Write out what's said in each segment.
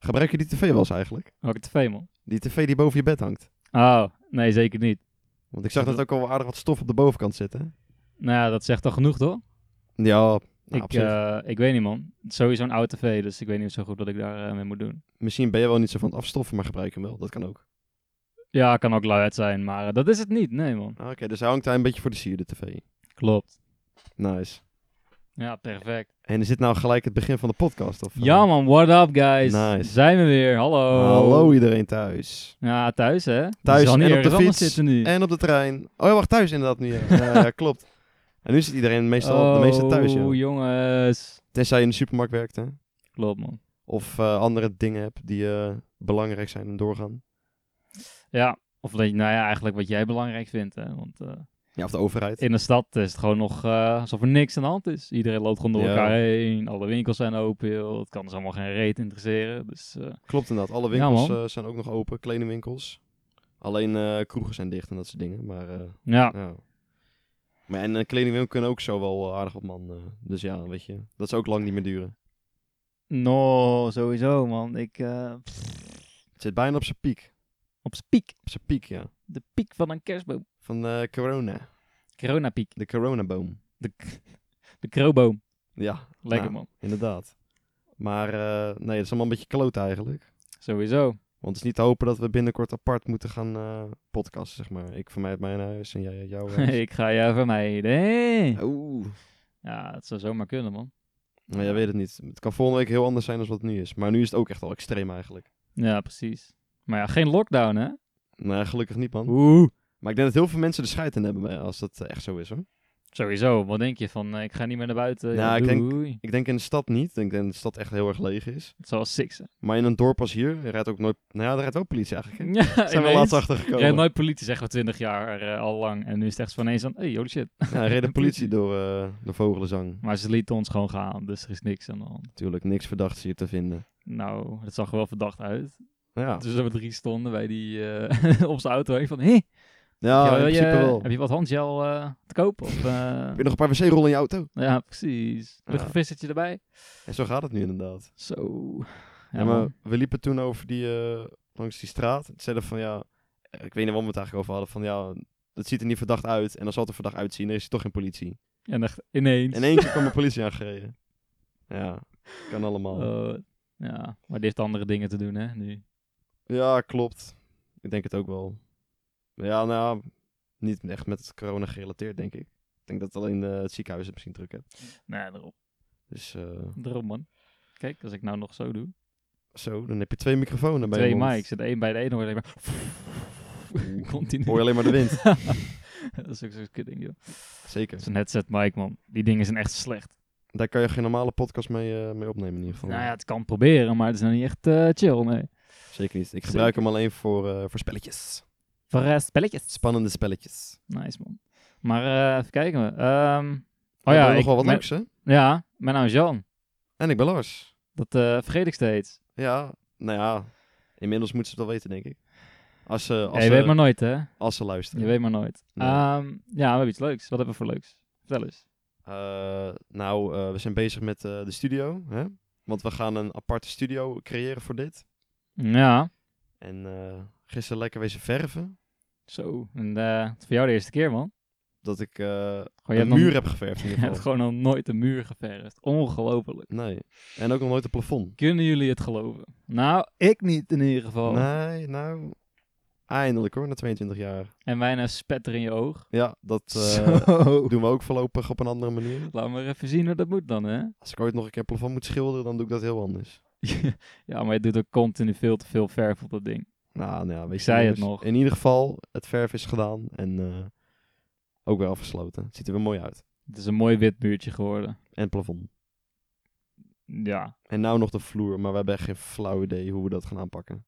Gebruik je die tv wel eens eigenlijk? Welke tv, man? Die tv die boven je bed hangt. Oh, nee, zeker niet. Want ik zag net ook al aardig wat stof op de bovenkant zitten. Nou ja, dat zegt al genoeg, toch? Ja, nou, op zich. Ik weet niet, man. Het is sowieso een oude tv, dus ik weet niet zo goed wat ik daar mee moet doen. Misschien ben je wel niet zo van het afstoffen, maar gebruik hem wel. Dat kan ook. Ja, kan ook luid zijn, maar dat is het niet. Nee, man. Oké, dus hij hangt daar een beetje voor de sier, de tv. Klopt. Nice. Ja, perfect. En is dit nou gelijk het begin van de podcast? Of, Ja, man. What up, guys? Nice. Zijn we weer. Hallo. Hallo iedereen thuis. Ja, thuis, hè? Thuis Je zal niet en op de ergens anders fiets zitten nu. en op de trein. Oh ja, wacht, thuis inderdaad nu. Ja, klopt. En nu zit iedereen meestal de meeste thuis, joh. Oh, jongens. Tenzij je in de supermarkt werkt, hè. Klopt, man. Of andere dingen hebt die belangrijk zijn en doorgaan. Ja, of dat je, nou ja, eigenlijk wat jij belangrijk vindt, hè. Want Ja, of de overheid. in de stad is het gewoon nog alsof er niks aan de hand is. Iedereen loopt gewoon door Ja. elkaar heen. Alle winkels zijn open, joh. Het kan dus allemaal geen reet interesseren. Dus Klopt inderdaad. Alle Ja, winkels man. zijn ook nog open, kledingwinkels. Alleen kroegen zijn dicht en dat soort dingen. Maar ja, ja. Maar en kledingwinkels kunnen ook zo wel aardig wat man. Dus ja, weet je. Dat zou ook lang niet meer duren. no, sowieso, man. Het zit bijna op zijn piek. Op z'n piek. Op zijn piek, ja. De piek van een kerstboom. Van corona. Coronapiek. De coronaboom. De kroonboom. Ja. Lekker, nou, man. Inderdaad. Maar nee, het is allemaal een beetje kloot eigenlijk. Sowieso. Want het is niet te hopen dat we binnenkort apart moeten gaan podcasten, zeg maar. Ik van mij uit mijn huis en jij uit jouw huis. Ik ga je vermijden. Oeh. Ja, het zou zomaar kunnen, man. Maar jij weet het niet. Het kan volgende week heel anders zijn dan wat het nu is. Maar nu is het ook echt al extreem eigenlijk. Ja, precies. Maar ja, geen lockdown, hè? Nee, gelukkig niet, man. Oeh. Maar ik denk dat heel veel mensen de scheid in hebben als dat echt zo is, hoor. Sowieso. Wat denk je van, ik ga niet meer naar buiten? Nou, ik denk- doei. Ik denk in de stad niet. Ik denk dat de stad echt heel erg leeg is. Het zal wel sick zijn. Maar in een dorp als hier rijdt ook nooit... Nou ja, er rijdt ook politie eigenlijk, hè? Ja, Daar zijn we ineens. laatst achter gekomen. Reed nooit politie, zeggen we 20 jaar al lang. En nu is het echt van ineens van, hey, holy shit. Ja, reed de politie door de vogelenzang. Maar ze lieten ons gewoon gaan, dus er is niks aan de hand. Natuurlijk, niks verdachts hier te vinden. Nou, het zag er wel verdacht uit. Ja, Dus we 3 stonden bij die op zijn auto heen van, hé, ja in heb principe wel. heb je wat handgel te koop? Of, Heb je nog een paar wc-rollen in je auto? ja, precies. Ja. Luchtverfrissertje erbij. En zo gaat het nu inderdaad. Zo. Ja, maar man. we liepen toen over langs die straat. Toen zeiden van ja, ik weet niet wat we het eigenlijk over hadden. Van ja, het ziet er niet verdacht uit. En dan zal het er verdacht uitzien. Er is toch geen politie. En echt ineens. In één keer kwam de politie aangereden. Ja, kan allemaal. Ja, maar die heeft andere dingen te doen, hè, nu. Ja, klopt. Ik denk het ook wel. Ja, nou, niet echt met het corona gerelateerd, denk ik. Ik denk dat alleen het ziekenhuis het misschien druk heeft. Nee, erop. Dus Erop, man. Kijk, als ik nou nog zo doe. zo, dan heb je 2 microfoons bij 2 je mond. mics. De een bij de ene hoor je alleen maar... Continu. Hoor je alleen maar de wind. Dat is ook zo'n kutding, joh. Zeker. Dat is een headset mic, man. Die dingen zijn echt slecht. Daar kan je geen normale podcast mee opnemen in ieder geval. Nou ja, het kan proberen, maar het is nog niet echt chill, nee. Zeker niet. Ik gebruik hem alleen voor spelletjes. Voor spelletjes. Spannende spelletjes. Nice, man. Maar even kijken. Oh ja, nog wel wat leuks, hè? Ja, mijn naam is Jan. En ik ben Lars. Dat vergeet ik steeds. Ja, nou ja. Inmiddels moeten ze het wel weten, denk ik. Als Ja, je weet maar nooit, hè? als ze luisteren. Je weet maar nooit. Nee. Ja, we hebben iets leuks. Wat hebben we voor leuks? Vertel eens. We zijn bezig met de studio. Hè? Want we gaan een aparte studio creëren voor dit. Ja, En gisteren lekker wezen verven. zo. En het is voor jou de eerste keer, man. Dat ik je een hebt nog- muur heb geverfd in Je ieder hebt geval. gewoon nog nooit een muur geverfd. Ongelooflijk. Nee. En ook nog nooit een plafond. Kunnen jullie het geloven? Nou, ik niet in ieder geval. Nee, nou... Eindelijk hoor, na 22 jaar. En bijna spetter in je oog. Ja, dat Zo. doen we ook voorlopig op een andere manier. Laat maar even zien hoe dat moet dan, hè? Als ik ooit nog een keer plafond moet schilderen, dan doe ik dat heel anders. Ja, maar je doet ook continu veel te veel verf op dat ding. Nou ja, weet je, zei het jongens, nog. In ieder geval, het verf is gedaan en ook weer afgesloten. Het ziet er weer mooi uit. Het is een mooi wit muurtje geworden. En het plafond. Ja. En nou nog de vloer, maar we hebben echt geen flauw idee hoe we dat gaan aanpakken.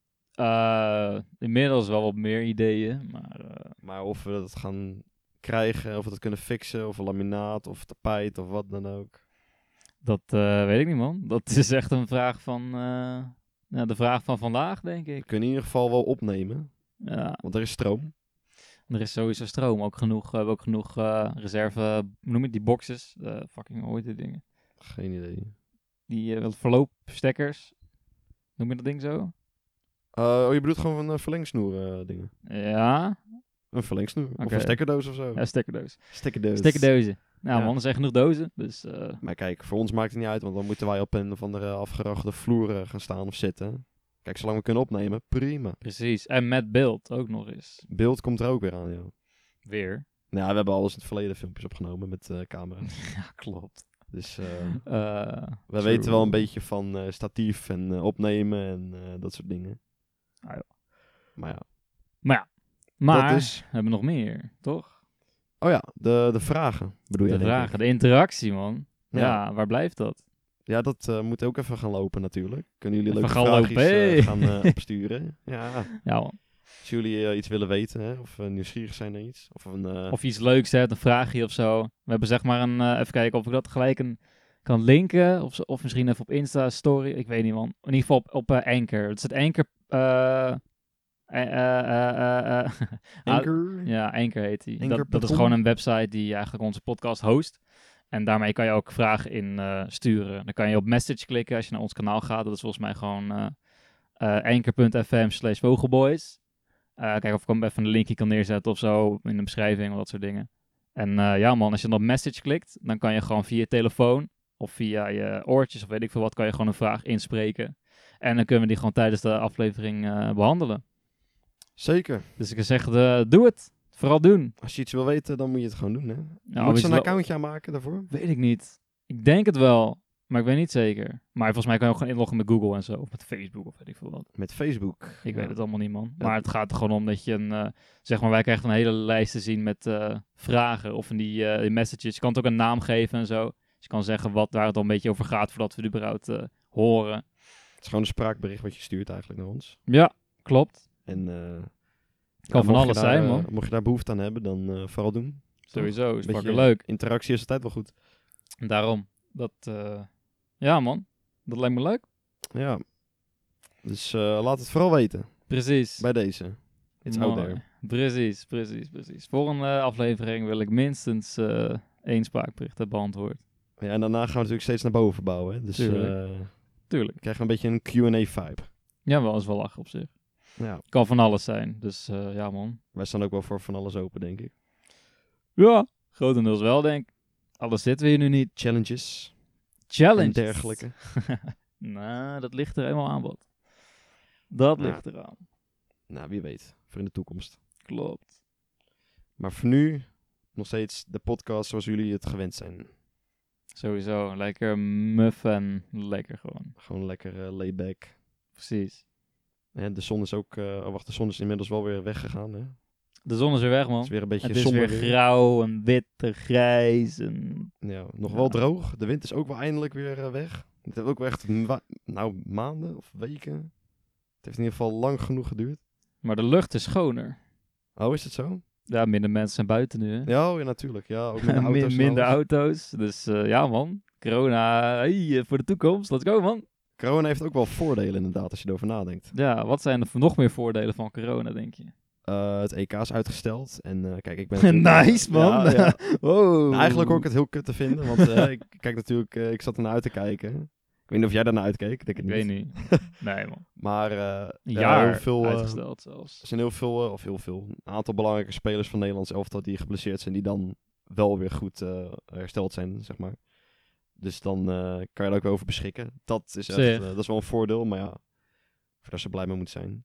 Inmiddels wel wat meer ideeën, maar Maar of we dat gaan krijgen, of we dat kunnen fixen, of een laminaat, of tapijt, of wat dan ook. dat weet ik niet, man. Dat is echt een vraag van... de vraag van vandaag, denk We ik. kunnen in ieder geval wel opnemen, Ja, want er is stroom. er is sowieso stroom. Ook genoeg, we hebben ook genoeg reserve... Hoe noem je het? Die boxes? Fucking, hoe heet die dingen? Geen idee. Die verloopstekkers. Noem je dat ding zo? Je bedoelt gewoon een verlengsnoer dingen? Ja. Een verlengsnoer. Of Oké. een stekkerdoos of zo. Ja, stekkerdoos. Stekkerdoos. Stekkerdozen. Nou Ja. man, er zijn genoeg dozen. Dus Maar kijk, voor ons maakt het niet uit, want dan moeten wij op een of andere afgerachte vloer gaan staan of zitten. Kijk, zolang we kunnen opnemen, prima. precies. En met beeld ook nog eens. Beeld komt er ook weer aan, joh. Weer. Nou ja, we hebben alles in het verleden filmpjes opgenomen met camera. Ja, klopt. Dus We we weten wel een beetje van statief en opnemen en dat soort dingen. Ah, joh. Maar ja. Maar Dat is... we hebben nog meer, toch? Oh ja, de vragen bedoel je, De denk vragen, ik. de interactie, man. Ja. Ja, waar blijft dat? Ja, dat moet ook even gaan lopen natuurlijk. Kunnen jullie Even leuke gaan vraagjes lopen, hey. gaan opsturen? Ja, Ja, man. als jullie iets willen weten, hè, of nieuwsgierig zijn naar iets. Of Of je iets leuks hebt, een vraagje of zo. We hebben zeg maar even kijken of ik dat gelijk kan linken. Of misschien even op Insta story. Ik weet niet, man. In ieder geval op Anchor. Het is het Anchor... Anchor? Ja, Anchor heet die. Dat is Anchor.com? gewoon een website die eigenlijk onze podcast host. En daarmee kan je ook vragen in sturen. Dan kan je op message klikken als je naar ons kanaal gaat. Dat is volgens mij gewoon anchor.fm/vogelboys. Kijk of ik hem even een linkje kan neerzetten of zo in de beschrijving of dat soort dingen. En ja man, als je dan op message klikt, dan kan je gewoon via je telefoon of via je oortjes of weet ik veel wat, kan je gewoon een vraag inspreken. En dan kunnen we die gewoon tijdens de aflevering behandelen. Zeker. Dus ik zou zeggen, doe het. Vooral doen. Als je iets wil weten, dan moet je het gewoon doen, hè. Nou, Moet je is een accountje aanmaken daarvoor? Weet ik niet. Ik denk het wel, maar ik weet niet zeker. Maar volgens mij kan je ook gewoon inloggen met Google en zo. Of met Facebook of weet ik veel wat. Met Facebook. Ik weet het allemaal niet, man. Ja. Maar het gaat er gewoon om dat je zeg maar, wij krijgen een hele lijst te zien met vragen of in die messages. Je kan het ook een naam geven en zo. Dus je kan zeggen waar het al een beetje over gaat voordat we het überhaupt horen. Het is gewoon een spraakbericht wat je stuurt eigenlijk naar ons. Ja, klopt. En Kan van mocht je alles daar, zijn, man. Mocht je daar behoefte aan hebben, dan vooral doen. Sowieso, is Beetje fucking leuk. Interactie is altijd wel goed. En daarom. Ja, man. Dat lijkt me leuk. Ja. Dus laat het vooral weten. Precies. Bij deze. It's out Mooi. there. Precies. Volgende aflevering wil ik minstens 1 spraakbericht hebben beantwoord. Ja, en daarna gaan we natuurlijk steeds naar boven bouwen. Hè? Dus Tuurlijk. we krijgen een beetje een Q&A-vibe. Ja, wel eens wel lachen op zich. Ja, Kan van alles zijn. Dus ja, man. wij staan ook wel voor van alles open, denk ik. Ja, grotendeels wel, denk ik. Alles zitten we hier nu niet. Challenges Challenge. en dergelijke. Nou, dat ligt er helemaal aan, wat. Dat Ja. ligt eraan. Nou, wie weet. Voor in de toekomst. Klopt. Maar voor nu nog steeds de podcast zoals jullie het gewend zijn. Sowieso. Lekker muff en lekker gewoon. Gewoon lekker layback. Precies. En de zon is ook... de zon is inmiddels wel weer weggegaan. Hè? Het De zon is weer weg, man. is weer een beetje Het is somber weer grauw en wit en grijs en... Ja, nog Ja. wel droog. De wind is ook wel eindelijk weer weg. Het heeft ook wel echt maanden of weken. Het heeft in ieder geval lang genoeg geduurd. Maar de lucht is schoner. Oh, is het zo? Ja, minder mensen zijn buiten nu, hè. Ja, ja natuurlijk. Ja, ook minder auto's. en Minder alles. auto's. Dus ja, man. Corona, hey, voor de toekomst. Let's go, man. Corona heeft ook wel voordelen inderdaad, als je erover nadenkt. Ja, wat zijn er nog meer voordelen van corona, denk je? Het EK is uitgesteld. En kijk, ik ben... Nice, man. Ja, ja. Wow. Nou, eigenlijk hoor ik het heel kut te vinden. Want ik kijk natuurlijk... ik zat ernaar uit te kijken. Ik weet niet of jij daarnaar uitkeek. Denk Ik het weet niet. niet. Nee, man. Maar Een ja, jaar heel veel... uitgesteld zelfs. Er zijn heel veel, een aantal belangrijke spelers van Nederlands elftal die geblesseerd zijn, die dan wel weer goed hersteld zijn, zeg maar. Dus dan kan je er ook wel over beschikken. Dat is, echt, Zeg. dat is wel een voordeel, maar ja, voor daar ze blij mee moeten zijn.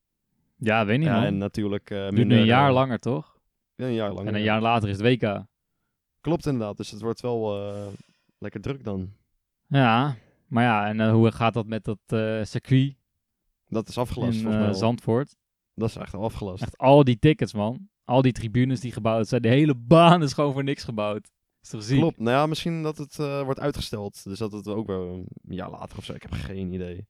Ja, weet niet, Ja, man. en natuurlijk Duurt minder... nu een jaar langer, toch? Ja, een jaar langer. En een ja. jaar later is het WK. Klopt inderdaad, dus het wordt wel lekker druk dan. Ja, maar ja, en hoe gaat dat met dat circuit Dat is afgelast, in volgens mij al. Zandvoort? Dat is echt al afgelast. Echt al die tickets, man. Al die tribunes die gebouwd zijn. De hele baan is gewoon voor niks gebouwd. Is toch ziek? Klopt, nou ja, misschien dat het wordt uitgesteld. Dus dat het ook wel een jaar later of zo. Ik heb geen idee.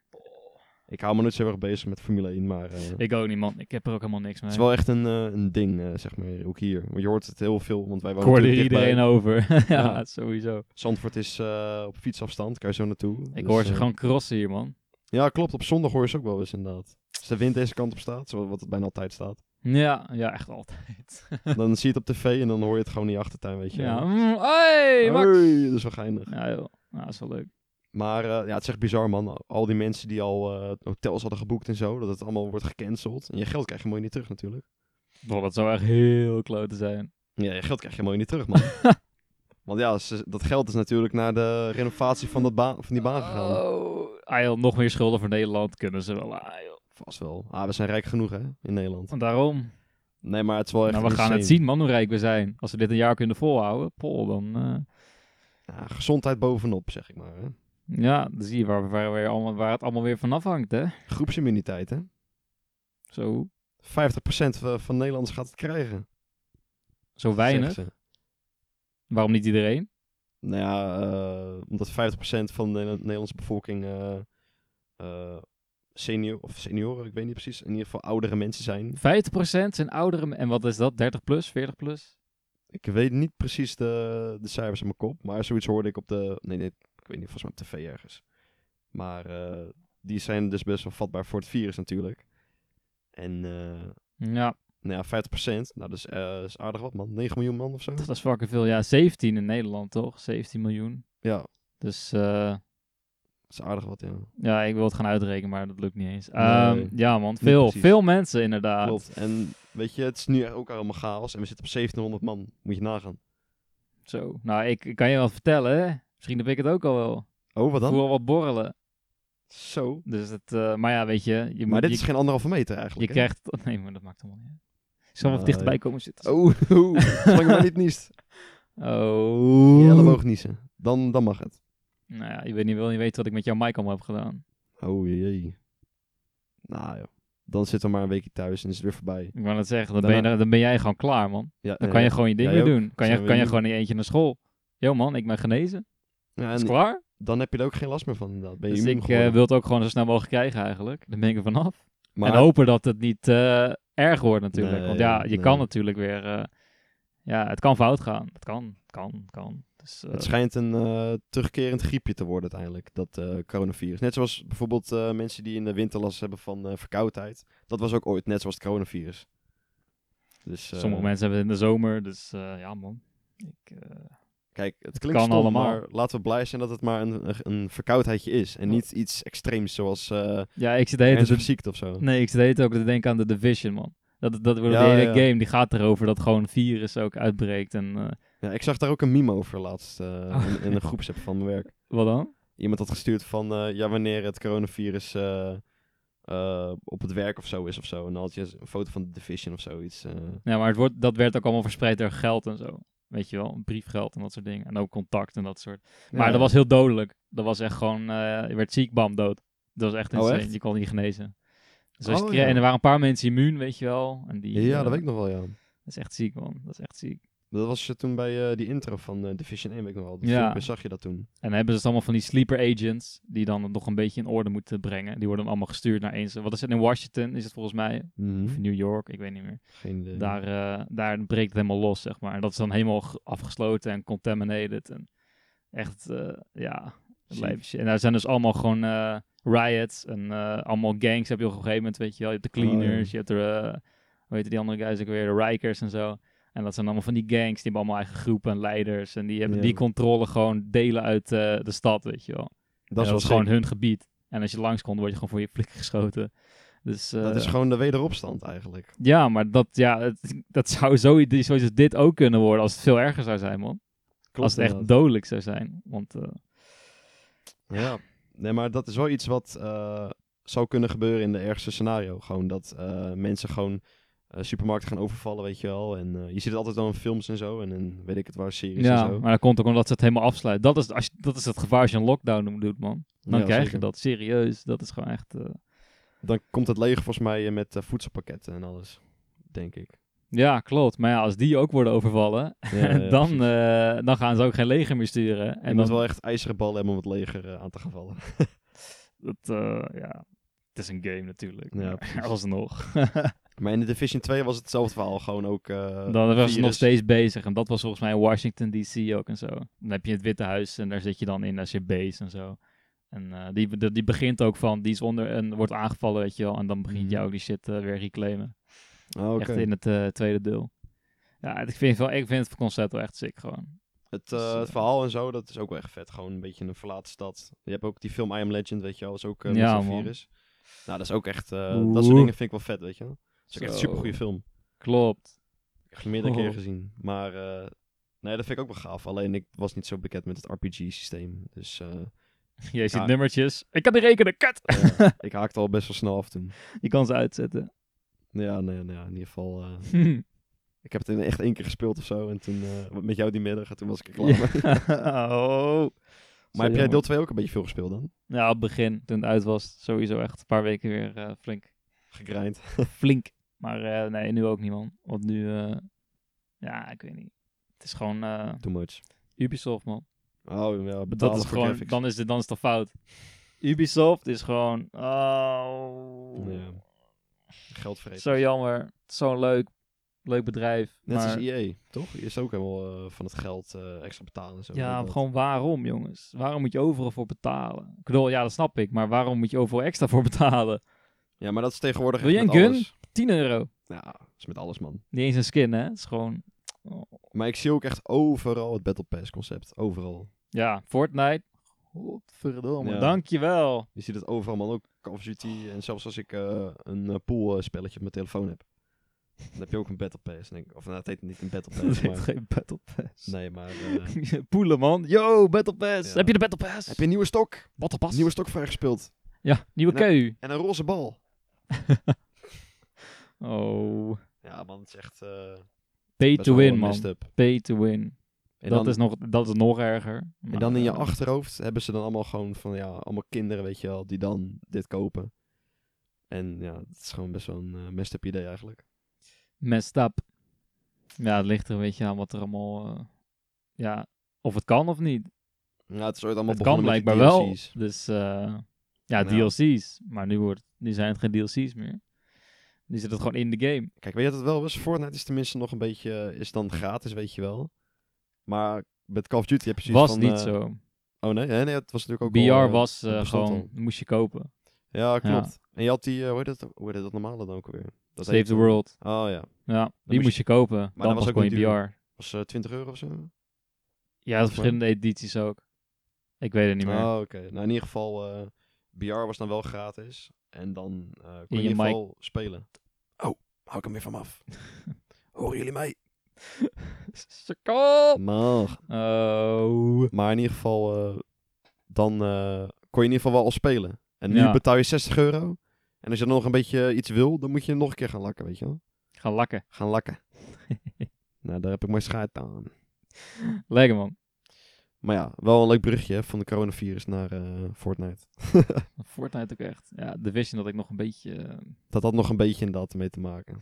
Ik hou me nooit zo erg bezig met Formule 1, maar Ik ook niet, man. Ik heb er ook helemaal niks mee. het is wel echt een ding, zeg maar, ook hier. Want je hoort het heel veel, want wij Ik wonen hoorde natuurlijk iedereen dichtbij. over. ja, Ja. sowieso. Zandvoort is op fietsafstand, kan je zo naartoe. Ik Dus, hoor ze gewoon crossen hier, man. Ja, klopt. Op zondag hoor je ze ook wel eens inderdaad. Als de wind deze kant op staat, zoals wat het bijna altijd staat. Ja, echt altijd. Dan zie je het op tv en dan hoor je het gewoon in je achtertuin, weet je. ja. wel. Hey, Max! Hey, dat is wel geinig. Ja, joh. Nou, dat is wel leuk. Maar ja, het is echt bizar, man. Al die mensen die al hotels hadden geboekt en zo, dat het allemaal wordt gecanceld. En je geld krijg je mooi niet terug natuurlijk. Boah, dat zou echt heel klote zijn. Ja, je geld krijg je mooi niet terug, man. Want ja, dat geld is natuurlijk naar de renovatie van, van die baan gegaan. Oh, joh, nog meer schulden voor Nederland kunnen ze wel. Joh. Vast wel. We zijn rijk genoeg, hè, in Nederland. En daarom. Nee, maar het is wel echt Nou, we gaan insane. het zien, man, hoe rijk we zijn. Als we dit een jaar kunnen volhouden, dan... Ja, gezondheid bovenop, zeg ik maar. Hè. Ja, dan zie je waar het allemaal weer van afhangt, hè. Groepsimmuniteit, hè. Zo 50% van Nederlanders gaat het krijgen. Zo weinig. Zeggen ze. Waarom niet iedereen? Nou ja, omdat 50% van de Nederlandse bevolking senioren, ik weet niet precies, in ieder geval oudere mensen zijn. 50% zijn ouderen. En wat is dat? 30 plus, 40 plus? Ik weet niet precies de cijfers in mijn kop, maar zoiets hoorde ik op de... Nee, ik weet niet, volgens mij op tv ergens. Maar die zijn dus best wel vatbaar voor het virus natuurlijk. En Ja, nou ja, 50%, nou dat is aardig wat man, 9 miljoen man of zo. dat is fucking veel. Ja, 17 in Nederland, toch? 17 miljoen. Ja, Dus dat is aardig wat, ja. ja, ik wil het gaan uitrekenen, maar dat lukt niet eens. Nee, ja man, precies. veel mensen inderdaad. Klopt. En weet je, het is nu ook allemaal chaos en we zitten op 1700 man, moet je nagaan. Zo, nou ik kan je wel vertellen, hè. Misschien heb ik het ook al wel. Oh, wat Ik voel dan? al wat borrelen. Zo. Dus het, maar ja, weet je. Je, Maar dit je, is geen 1,5 meter je eigenlijk, hè? krijgt... Nee, maar dat maakt helemaal niet uit. Ik zal wat Nee. dichterbij komen zitten. Oh, zolang je maar niet niest. Oh. Je elleboog niezen. Dan mag het. Nou ja, je wil niet weten wat ik met jouw mic allemaal heb gedaan. Oh jee. Nou ja. Dan zitten we maar een weekje thuis en is het weer voorbij. Ik wou net zeggen, Daarna- dan ben jij gewoon klaar, man. Ja, Dan kan je gewoon je ding weer jij ook. doen. Kan Zijn je we nu. gewoon in je eentje naar school. Yo man, ik ben genezen. Ja, Is en klaar? dan heb je er ook geen last meer van inderdaad. Ben je Dus immuun ik geworden. wil het ook gewoon zo snel mogelijk krijgen eigenlijk. Dan ben ik er vanaf. Maar En hopen dat het niet erg wordt natuurlijk. Nee, Want ja, je nee. kan natuurlijk weer... ja, het kan fout gaan. Het kan. Dus, het schijnt een terugkerend griepje te worden uiteindelijk, dat coronavirus. Net zoals bijvoorbeeld mensen die in de winter last hebben van verkoudheid. Dat was ook ooit net zoals het coronavirus. Dus, sommige mensen hebben het in de zomer. Dus ja man. Kijk, het klinkt kan stom, allemaal. maar laten we blij zijn dat het maar een verkoudheidje is. En niet iets extreems zoals Ja, ik zit de hele tijd... ernstige ziekte of zo. Nee, ik zit de hele tijd ook te denken aan The Division, man. Dat wordt Ja, de hele ja. game, die gaat erover dat gewoon virus ook uitbreekt. En Ja, ik zag daar ook een meme over laatst Oh. in een groepsapp van mijn werk. wat dan? Iemand had gestuurd van, ja, wanneer het coronavirus op het werk of zo is of zo. En dan had je een foto van The Division of zoiets. Ja, maar dat werd ook allemaal verspreid door geld en zo. Weet je wel, briefgeld en dat soort dingen. En ook contact en dat soort. Maar Ja. dat was heel dodelijk. Dat was echt gewoon, je werd ziek, bam, dood. Dat was echt Oh, insane. echt? Je kon niet genezen. Dus als je Oh, kreeg- ja. En er waren een paar mensen immuun, weet je wel. En die, Ja, dat weet ik nog wel, ja. Dat is echt ziek, man. Dat is echt ziek. Dat was toen bij die intro van Division 1, weet ik nog wel. Dat Ja. filmpje zag je dat toen. En dan hebben ze dus allemaal van die sleeper agents, die dan het nog een beetje in orde moeten brengen. Die worden dan allemaal gestuurd naar eens. Wat is het in Washington, is het volgens mij? Mhm. Of in New York, ik weet niet meer. Geen idee. Daar breekt het helemaal los, zeg maar. En dat is dan helemaal afgesloten en contaminated. En echt, ja, Ziek. lijp shit. En daar zijn dus allemaal gewoon riots en allemaal gangs heb je op een gegeven moment, weet je wel. Je hebt de Cleaners, Oh, je hebt de, hoe heet die andere guys ook weer, de Rikers en zo. En dat zijn allemaal van die gangs, die hebben allemaal eigen groepen en leiders. En die hebben Ja. die controle gewoon delen uit de stad, weet je wel. Dat is wel gewoon sick. hun gebied. En als je langskomt, word je gewoon voor je flikker geschoten. Dus, Dat is gewoon de wederopstand eigenlijk. ja, maar dat zou sowieso dit ook kunnen worden als het veel erger zou zijn, man. Als het echt inderdaad. dodelijk zou zijn. Want Ja. Nee, maar dat is wel iets wat zou kunnen gebeuren in de ergste scenario. Gewoon dat mensen gewoon supermarkten gaan overvallen, weet je wel. En je ziet het altijd wel in films en zo. En in, weet ik het waar, series en ja, zo. maar dat komt ook omdat ze het helemaal afsluiten. Dat is het gevaar als je een lockdown doet, man. Dan Ja, krijg zeker. je dat. Serieus. Dat is gewoon echt... Dan komt het leger volgens mij met voedselpakketten en alles. Denk ik. Ja, klopt. Maar ja, als die ook worden overvallen, Ja, dan gaan ze ook geen leger meer sturen. Je En moet dan, wel echt ijzeren ballen hebben om het leger aan te gaan vallen. ja, het is een game natuurlijk. Ja, Maar precies. alsnog. Maar in de Division 2 was hetzelfde verhaal. Gewoon ook Dan was ze nog virus. steeds bezig. En dat was volgens mij in Washington D.C. ook en zo. Dan heb je het Witte Huis en daar zit je dan in als je base en zo. En die begint ook van, die is onder en wordt aangevallen, weet je wel. En dan begint Mhm. je ook die shit weer reclaimen. Oh, oké. Echt in het tweede deel. Ja, ik vind het concept wel echt sick gewoon. Het verhaal en zo, dat is ook wel echt vet. Gewoon een beetje een verlaten stad. Je hebt ook die film I Am Legend, weet je wel. Dat is ook met Ja, zo'n man. virus. Nou, dat is ook echt... Oeh. dat soort dingen vind ik wel vet, weet je wel. Dat is ook echt een Zo. supergoeie film. Klopt. Echt meerdere keer Oh. gezien. Maar nee, dat vind ik ook wel gaaf. Alleen ik was niet zo bekend met het RPG-systeem. Dus Jij ziet Ja. nummertjes. Ik kan niet rekenen, kut! ik haakte al best wel snel af toen. Je kan ze uitzetten. Ja, nee, in ieder geval... ik heb het echt 1 keer gespeeld of zo. En toen met jou die middag. En toen was ik er klaar mee. Oh. Maar heb jij deel 2 ook een beetje veel gespeeld dan? Ja, op het begin, toen het uit was, sowieso echt een paar weken weer Gegrind. flink. Maar nee, nu ook niet, man. Want nu, ja, ik weet niet. Het is gewoon Too much. Ubisoft, man. Oh, ja, Dat betalen is voor gewoon, graphics. dan is het toch fout. Ubisoft is gewoon, oh, Ja. Geldvreten. zo jammer. Zo'n leuk bedrijf. Net maar als EA, toch? Je is ook helemaal van het geld extra betalen en zo. ja, inderdaad. gewoon waarom, jongens? Waarom moet je overal voor betalen? Ik bedoel, ja, dat snap ik. Maar waarom moet je overal extra voor betalen? Ja, maar dat is tegenwoordig Wil echt je met een gun? alles. 10 euro. Ja, dat is met alles, man. Niet eens een skin, hè? Het is gewoon, Maar ik zie ook echt overal het Battle Pass concept. Overal. ja, Fortnite. Godverdomme, Ja. dankjewel. Je ziet het overal, man. Ook Call of Duty. En zelfs als ik een pool spelletje op mijn telefoon heb. Dan heb je ook een Battle Pass. Denk ik. Of nou, het heet niet een Battle Dat Pass. heet maar, geen Battle Pass. nee, maar... Poelen, man. Yo, Battle Pass. Ja. Heb je de Battle Pass? heb je een nieuwe stok? Battle Pass? Nieuwe stok vrijgespeeld. Ja, nieuwe Nou, keu. En een roze bal. Oh. Ja, man. Het is echt... Pay best to wel win, een man. messed up. Pay to win. En Dat is nog erger. En dan in je Maar, achterhoofd hebben ze dan allemaal gewoon van, ja, allemaal kinderen, weet je wel, die dan dit kopen. En ja, het is gewoon best wel een messed up idee eigenlijk. messed up. Ja, het ligt er een beetje aan wat er allemaal... ja, of het kan of niet. Ja, het is ooit allemaal Het kan begonnen met blijkbaar die wel. DLC's. Dus ja, Ja. DLC's. Maar nu zijn het geen DLC's meer. Nu zit het gewoon in de game. Kijk, weet je wat het wel was? Fortnite is tenminste nog een beetje, is dan gratis, weet je wel. Maar met Call of Duty heb je zoiets Was van... niet zo. Oh nee, nee, het was natuurlijk ook BR al, was dat bestond gewoon, al. moest je kopen. Ja, klopt. En je had die, hoe heet dat normale dan ook alweer? Dat Save heet the dan- World. Oh ja, Ja, die moest moest je kopen. dat Dan was was ook gewoon niet je duur. BR. was €20 of zo. Ja, dat Volgens verschillende edities ook. Ik weet het niet meer. Oh, oké. Nou, in ieder geval, BR was dan wel gratis. En dan kon je in je ieder mic. geval spelen. Oh, hou ik hem weer van me af. Horen jullie mij? Sukkel! Maar, Oh. maar in ieder geval, dan kon je in ieder geval wel al spelen. En nu Ja. betaal je €60. En als je dan nog een beetje iets wil, dan moet je nog een keer gaan lakken, weet je wel. Ga lakken. Gaan lakken. Nou, daar heb ik mooi scheid aan. Lekker, man. Maar ja, wel een leuk brugje hè, van de coronavirus naar Fortnite. Fortnite ook echt. Ja, Division dat ik nog een beetje... Dat had nog een beetje inderdaad mee te maken.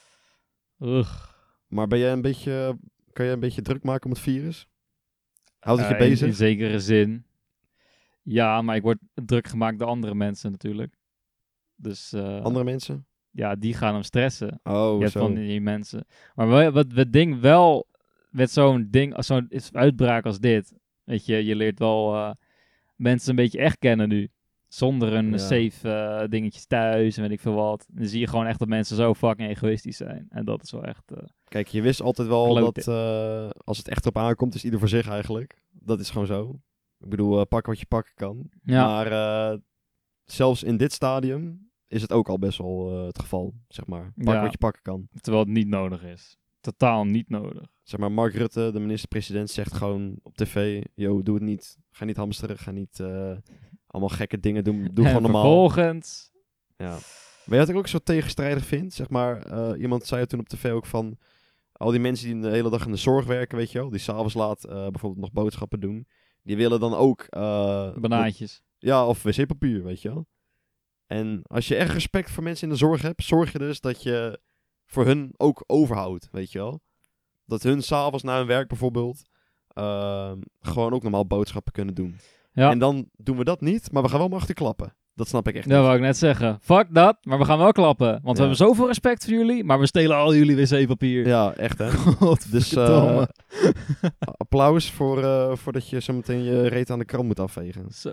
Ugh. Maar ben jij kan jij een beetje druk maken om het virus? Houdt het je In bezig? zekere zin. Ja, maar ik word druk gemaakt door andere mensen natuurlijk. Dus Andere mensen? ja, die gaan hem stressen. Oh, Je hebt zo. van die mensen. Maar wat het ding wel... Met zo'n ding, zo'n uitbraak als dit... Weet je leert wel mensen een beetje echt kennen nu. Zonder een Ja. safe dingetjes thuis en weet ik veel wat. Dan zie je gewoon echt dat mensen zo fucking egoïstisch zijn. En dat is wel echt... Kijk, je wist altijd wel Klote. dat als het echt op aankomt, is ieder voor zich eigenlijk. Dat is gewoon zo. Ik bedoel, pak wat je pakken kan. ja, Maar zelfs in dit stadium is het ook al best wel het geval, zeg maar. Pak Ja. wat je pakken kan. terwijl het niet nodig is. Totaal niet nodig. Zeg maar, Mark Rutte, de minister-president, zegt gewoon op tv... Yo, doe het niet. Ga niet hamsteren. Ga niet allemaal gekke dingen doen. Doe En gewoon normaal. vervolgens... Ja. Weet je wat ik ook zo tegenstrijdig vind? Zeg maar, iemand zei het toen op tv ook van... Al die mensen die de hele dag in de zorg werken, weet je wel... Die s'avonds laat bijvoorbeeld nog boodschappen doen... Die willen dan ook... Banaantjes. ja, of wc-papier, weet je wel. En als je echt respect voor mensen in de zorg hebt... Zorg je dus dat je voor hun ook overhoudt, weet je wel. Dat hun s'avonds na hun werk bijvoorbeeld... gewoon ook normaal boodschappen kunnen doen. Ja, En dan doen we dat niet, maar we gaan wel maar achter klappen. Dat snap ik echt dat niet. wou ik net zeggen. Fuck dat, maar we gaan wel klappen. Want we Ja. hebben zoveel respect voor jullie, maar we stelen al jullie wc-papier. Ja, echt hè. Dus Godverdomme. applaus voor dat je zo meteen je reet aan de krant moet afvegen. Zo.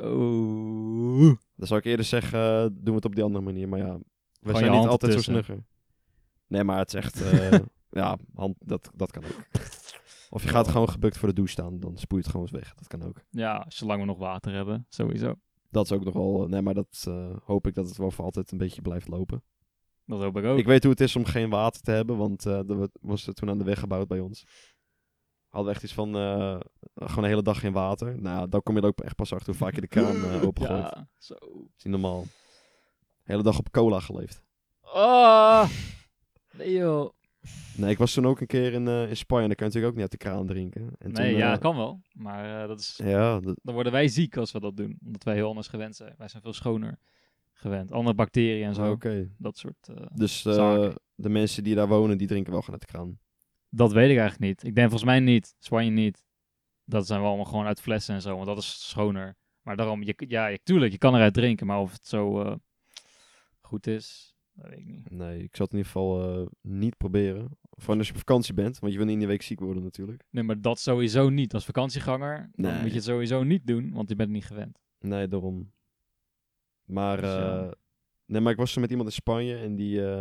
Dan zou ik eerder zeggen, doen we het op die andere manier. Maar ja, we Gewoon zijn je niet hand altijd zo ertussen. snugger. Nee, maar het is echt... ja, dat kan ook. Of je gaat gewoon gebukt voor de douche staan. Dan spoel je het gewoon eens weg. Dat kan ook. Ja, zolang we nog water hebben, sowieso. Dat is ook nog wel... Nee, maar dat hoop ik dat het wel voor altijd een beetje blijft lopen. Dat hoop ik ook. Ik weet hoe het is om geen water te hebben. Want er was er toen aan de weg gebouwd bij ons. We hadden echt iets van... gewoon de hele dag geen water. Nou, dan kom je er ook echt pas achter hoe vaak je de kraan opengooit. Ja, zo. Dat is niet normaal. De hele dag op cola geleefd. Oh, nee joh. Nee, ik was toen ook een keer in Spanje. Dan kan je natuurlijk ook niet uit de kraan drinken. En Nee, toen, ja, kan wel. Maar dat is, Ja, dan worden wij ziek als we dat doen. Omdat wij heel anders gewend zijn. Wij zijn veel schoner gewend. Andere bacteriën en zo. oké. Dat soort Dus zaken. de mensen die daar wonen, die drinken wel gewoon uit de kraan. Dat weet ik eigenlijk niet. Ik denk volgens mij niet. Spanje niet. Dat zijn wel allemaal gewoon uit flessen en zo. Want dat is schoner. Maar daarom, tuurlijk, je kan eruit drinken. Maar of het zo goed is, dat weet ik niet. Nee, ik zal het in ieder geval niet proberen. Vooral als je op vakantie bent, want je wil niet in die week ziek worden natuurlijk. Nee, maar dat sowieso niet. Als vakantieganger, dan Nee. moet je het sowieso niet doen. Want je bent het niet gewend. Nee, daarom. Maar, Dus ja. nee, maar ik was toen met iemand in Spanje en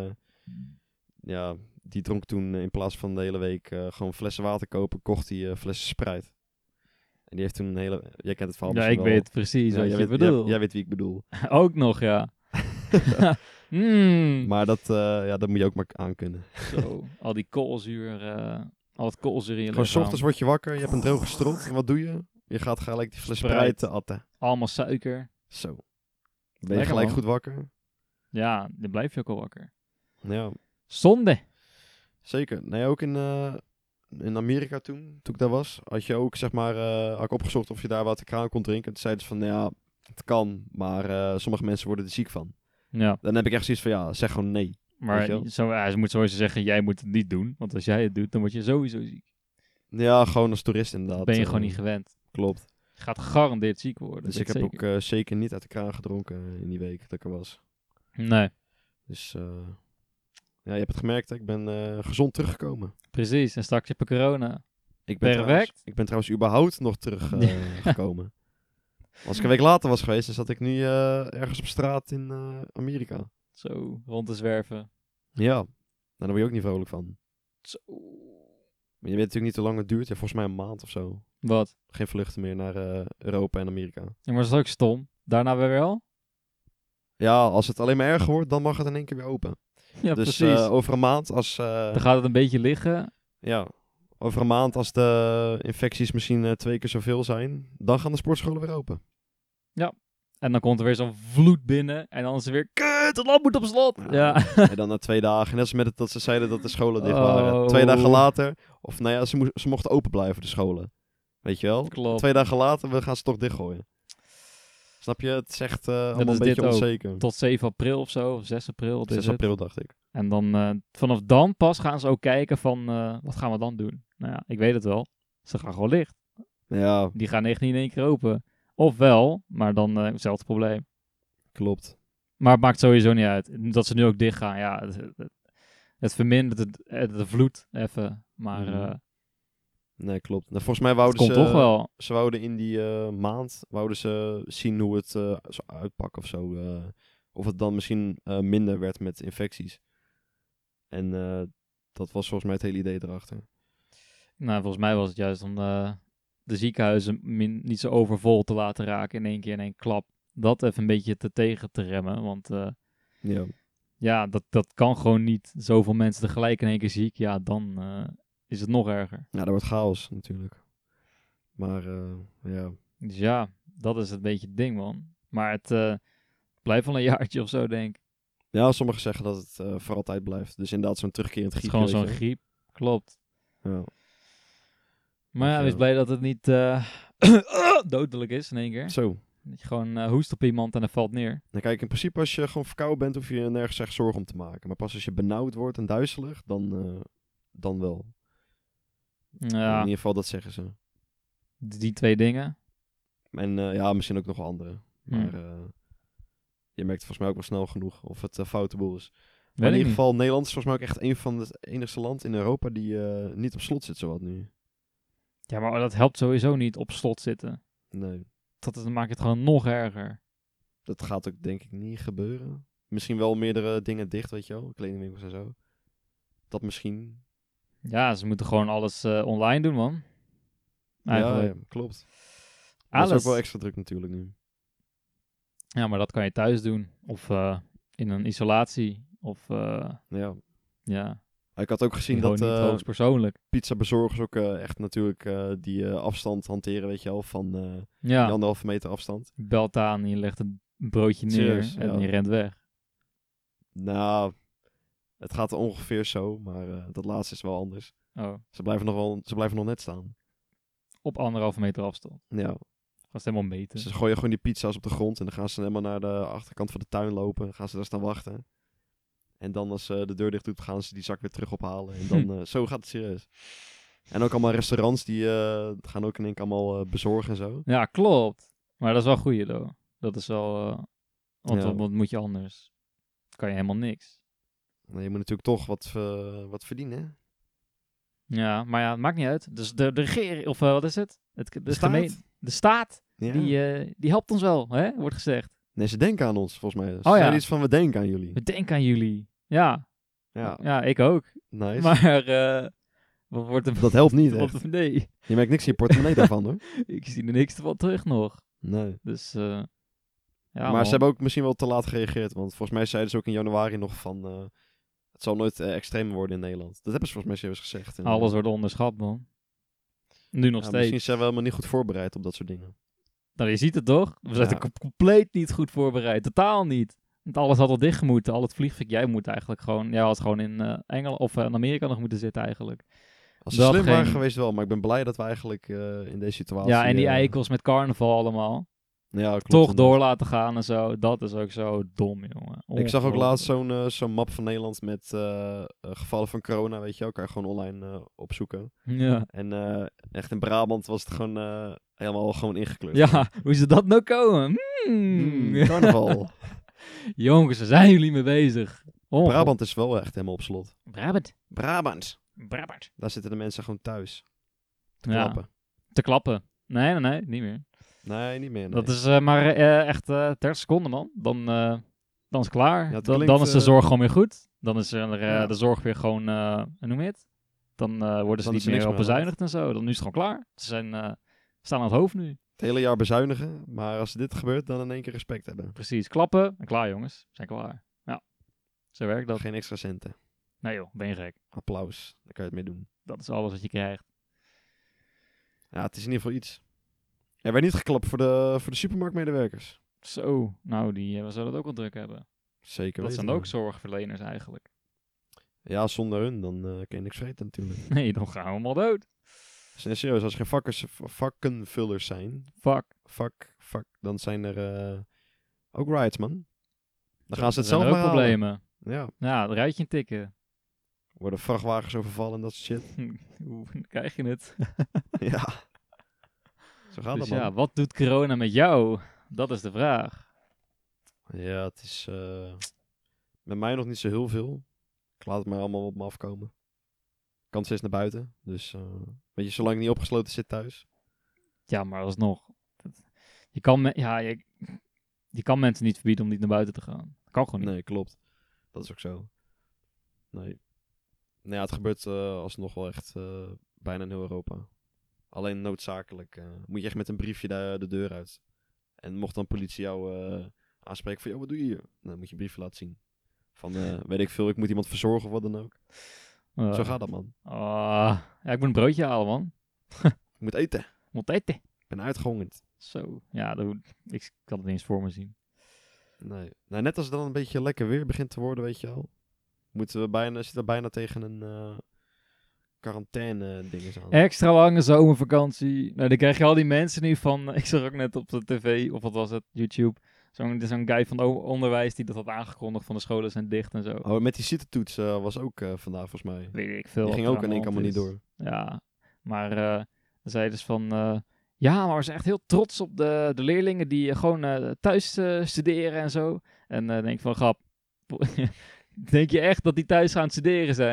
die dronk toen in plaats van de hele week gewoon flessen water kopen, kocht hij flessen Sprite. En die heeft toen een hele... Jij kent het verhaal Ja, misschien ik wel. weet precies wat jij je weet, bedoelt. Jij weet wie ik bedoel. Ook nog, ja. Maar dat moet je ook maar aankunnen. Zo, al die koolzuur, al het koolzuur in je Gewoon 's lichaam. ochtends word je wakker, je hebt een droge strot. En wat doe je? Je gaat gelijk die fles Sprite. Sprite atten. Allemaal suiker. Zo. Ben je Lekker, gelijk man. goed wakker? Ja, dan blijf je ook al wakker. Ja, Zonde. zeker. Nee, ook in Amerika toen ik daar was, had je ook, zeg maar, had ik opgezocht of je daar wat de kraan kon drinken. En toen zeiden ze van, nou ja, het kan, maar sommige mensen worden er ziek van. Ja, Dan heb ik echt zoiets van, ja, zeg gewoon nee. Weet maar je wel? ze moet sowieso zeggen, jij moet het niet doen. Want als jij het doet, dan word je sowieso ziek. Ja, gewoon als toerist inderdaad. Ben je gewoon niet gewend. Klopt. Je gaat gegarandeerd ziek worden. Dus weet ik heb zeker. ook zeker niet uit de kraan gedronken in die week dat ik er was. Nee, Dus ja, je hebt het gemerkt, hè? Ik ben gezond teruggekomen. precies. En straks heb je corona. Ik ben Perfect. ik ben trouwens überhaupt nog teruggekomen. Als ik een week later was geweest, dan zat ik nu ergens op straat in Amerika. Zo, rond te zwerven. Ja, nou, daar word je ook niet vrolijk van. Zo. Maar je weet natuurlijk niet hoe lang het duurt. Ja, volgens mij een maand of zo. Wat? Geen vluchten meer naar Europa en Amerika. Ja, maar dat is ook stom. Daarna weer wel? Ja, als het alleen maar erger wordt, dan mag het in één keer weer open. Ja, Dus precies. over een maand, Dan gaat het een beetje liggen. ja, over een maand als de infecties misschien 2 keer zoveel zijn, dan gaan de sportscholen weer open. En dan komt er weer zo'n vloed binnen. En dan is er weer, kut, het land moet op slot. Ja. En dan na 2 dagen, net als met het dat ze zeiden dat de scholen dicht waren. Oh. 2 dagen later, of nou ja, ze mochten open blijven, de scholen. Weet je wel? Klopt. 2 dagen later, we gaan ze toch dichtgooien. Snap je? Het is echt allemaal is een beetje dit ook. onzeker. Tot 7 april of zo, of 6 april. Wat 6 is het? april, dacht ik. En dan, vanaf dan pas gaan ze ook kijken van, wat gaan we dan doen? Nou ja, ik weet het wel. Ze gaan gewoon dicht. Ja, Die gaan echt niet in één keer open. Of wel, maar dan hetzelfde probleem. klopt. Maar het maakt sowieso niet uit. Dat ze nu ook dicht gaan, ja, het vermindert de vloed even. Maar Mhm. Nee, klopt. Nou, volgens mij het wouden komt toch wel. ze wouden in die maand wouden ze zien hoe het zou uitpakken of zo. Of het dan misschien minder werd met infecties. En dat was volgens mij het hele idee erachter. Nou, volgens mij was het juist om de ziekenhuizen niet zo overvol te laten raken in één keer in één klap. Dat even een beetje tegen te remmen. Want Ja. ja, dat kan gewoon niet. Zoveel mensen tegelijk in één keer ziek. Ja, dan is het nog erger. Ja, dat wordt chaos natuurlijk. Maar ja. Dus ja, dat is een beetje het ding, man. Maar het blijft wel een jaartje of zo, denk ik. Ja, sommigen zeggen dat het voor altijd blijft. Dus inderdaad zo'n terugkerend Het is griepje. gewoon zo'n weet je griep. Klopt. wel. Ja. Maar ja, Of, wees blij dat het niet dodelijk is in één keer. Zo. Dat je gewoon hoest op iemand en hij valt neer. Nou kijk, in principe als je gewoon verkouden bent, hoef je nergens echt zorgen om te maken. Maar pas als je benauwd wordt en duizelig, dan wel. In Ja, ieder geval, dat zeggen ze. die twee dingen. En ja, misschien ook nog wel andere. Maar Hmm. je merkt volgens mij ook wel snel genoeg of het foute boel is. Maar Weet in ik ieder niet. geval, Nederland is volgens mij ook echt een van de enigste land in Europa die niet op slot zit zowat nu. Ja, maar dat helpt sowieso niet op slot zitten. Nee, Dat maakt het gewoon nog erger. dat gaat ook denk ik niet gebeuren. Misschien wel meerdere dingen dicht, weet je wel. Kledingwinkels en zo. Dat misschien. Ja, ze moeten gewoon alles online doen, man. Eigenlijk. Ja, klopt. Dat is ook Alles. wel extra druk natuurlijk nu. Ja, maar dat kan je thuis doen. Of in een isolatie. Of Ja. ja, Ik had ook gezien gewoon dat niet hoogstpersoonlijk. pizzabezorgers ook echt natuurlijk die afstand hanteren, weet je wel, van die Ja, 1,5 meter afstand. je belt aan en je legt een broodje neer Serieus, en ja. je rent weg. Nou, het gaat ongeveer zo, maar dat laatste is wel anders. Oh, Ze blijven nog net staan. op 1,5 meter afstand. Ja, Ga het helemaal meten. ze gooien gewoon die pizza's op de grond en dan gaan ze helemaal naar de achterkant van de tuin lopen. Dan gaan ze daar staan wachten. En dan als de deur dicht doet, gaan ze die zak weer terug ophalen. En dan, zo gaat het serieus. En ook allemaal restaurants, die gaan ook in één keer allemaal bezorgen en zo. Ja, klopt. Maar dat is wel goed, though. Dat is wel... want Ja. wat moet je anders? Kan je helemaal niks. Nou, je moet natuurlijk toch wat verdienen, hè? Ja, maar ja, het maakt niet uit. Dus de regering, of wat is het? De staat? De staat, Ja. die helpt ons wel, hè? Wordt gezegd. Nee, ze denken aan ons, volgens mij. Ze Oh ja. zeiden iets van, we denken aan jullie. We denken aan jullie. Ja, Ja, ja ik ook. nice. Maar wat wordt er... Dat helpt niet, echt. wat, nee, Je merkt niks in je portemonnee daarvan, hoor. ik zie er niks van terug nog. Nee. Dus ja, Maar man. ze hebben ook misschien wel te laat gereageerd. Want volgens mij zeiden ze ook in januari nog van... het zal nooit extremer worden in Nederland. Dat hebben ze volgens mij serieus gezegd. En, Alles wordt onderschat, man. Nu nog ja, steeds. misschien zijn we helemaal niet goed voorbereid op dat soort dingen. Nou, je ziet het toch? We zijn Ja. er compleet niet goed voorbereid. Totaal niet. Want alles had al dicht moeten. Al het vliegtuig. Jij moet eigenlijk gewoon... Jij had gewoon in Engeland of in Amerika nog moeten zitten eigenlijk. Als ze Dat slim waren geen- geweest wel. Maar ik ben blij dat we eigenlijk in deze situatie... Ja, en die eikels met carnaval allemaal. Ja, klopt, Toch inderdaad. door laten gaan en zo. Dat is ook zo dom, jongen. Ik zag ook laatst Ongelooflijk. zo'n map van Nederland met gevallen van corona, weet je wel. Kan je gewoon online opzoeken. Ja. En echt in Brabant was het gewoon helemaal gewoon ingekleurd. Ja, hoe ze dat nou komen? Carnaval. Jongens, waar zijn jullie mee bezig? Brabant is wel echt helemaal op slot. Brabant. Brabant. Brabant. Daar zitten de mensen gewoon thuis. Te Ja. klappen. Te klappen. Nee, niet meer. Nee, niet meer. Nee. Dat is maar echt 30 seconden, man. Dan is het klaar. Ja, het Dan klinkt, is de zorg gewoon weer goed. Dan is ja. de zorg weer gewoon, hoe noem je het? Dan worden ze Dan is niet er niks meer op meer aan de bezuinigd en zo. Dan is het gewoon klaar. Ze staan aan het hoofd nu. Het hele jaar bezuinigen. Maar als dit gebeurt, dan in één keer respect hebben. Precies, klappen en klaar, jongens. We zijn klaar. Ja, zo werkt dat. Geen extra centen. Nee joh, ben je gek. Applaus. Daar kan je het mee doen. Dat is alles wat je krijgt. Ja, het is in ieder geval iets. Er werd niet geklapt voor de supermarktmedewerkers. Zo, nou, die zullen het ook wel druk hebben. Zeker Dat weten. zijn ook zorgverleners eigenlijk. Ja, zonder hun, dan kun je niks vreten natuurlijk. Nee, dan gaan we allemaal dood. Serieus, als er geen vakkenvullers zijn, Fuck. dan zijn er ook riots, man. Dan gaan ze Er het zijn zelf er maar ook halen. problemen. Ja, Ja, het rijtje tikken. worden vrachtwagens overvallen en dat soort shit. Hoe krijg je het? Ja. Zo gaat Dus dat, man. ja, wat doet corona met jou? Dat is de vraag. Ja, het is met mij nog niet zo heel veel. Ik laat het maar allemaal op me afkomen. Ik kan steeds naar buiten. Dus weet je, zolang ik niet opgesloten zit thuis. Ja, maar alsnog. Je kan, je kan mensen niet verbieden om niet naar buiten te gaan. Dat kan gewoon niet. Nee, klopt. Dat is ook zo. Nee. Nou ja, het gebeurt alsnog wel echt bijna in heel Europa. Alleen noodzakelijk moet je echt met een briefje de deur uit. En mocht dan politie jou aanspreken van, wat doe je hier? Dan moet je een briefje laten zien. Van, weet ik veel, ik moet iemand verzorgen of wat dan ook. Zo gaat dat, man. Ja, ik moet een broodje halen, man. Ik moet eten. Moet eten. Ik ben uitgehongerd. Zo, ja, ik kan het niet eens voor me zien. Nee. Nou, net als het dan een beetje lekker weer begint te worden, weet je wel. Zitten we bijna tegen een quarantaine dinges aan. Extra lange zomervakantie. Nou, dan krijg je al die mensen nu van... Ik zag ook net op de tv, of wat was het, YouTube... Zo'n guy van onderwijs die dat had aangekondigd van de scholen zijn dicht en zo. Oh, met die CITE-toets was ook vandaag volgens mij. Weet ik veel. Die wat ging er ook aan in de één keer hand allemaal niet is. door. Ja, maar dan zei dus van... ja, maar we zijn echt heel trots op de leerlingen die gewoon thuis studeren en zo. En denk ik van, grap, denk je echt dat die thuis gaan studeren zijn?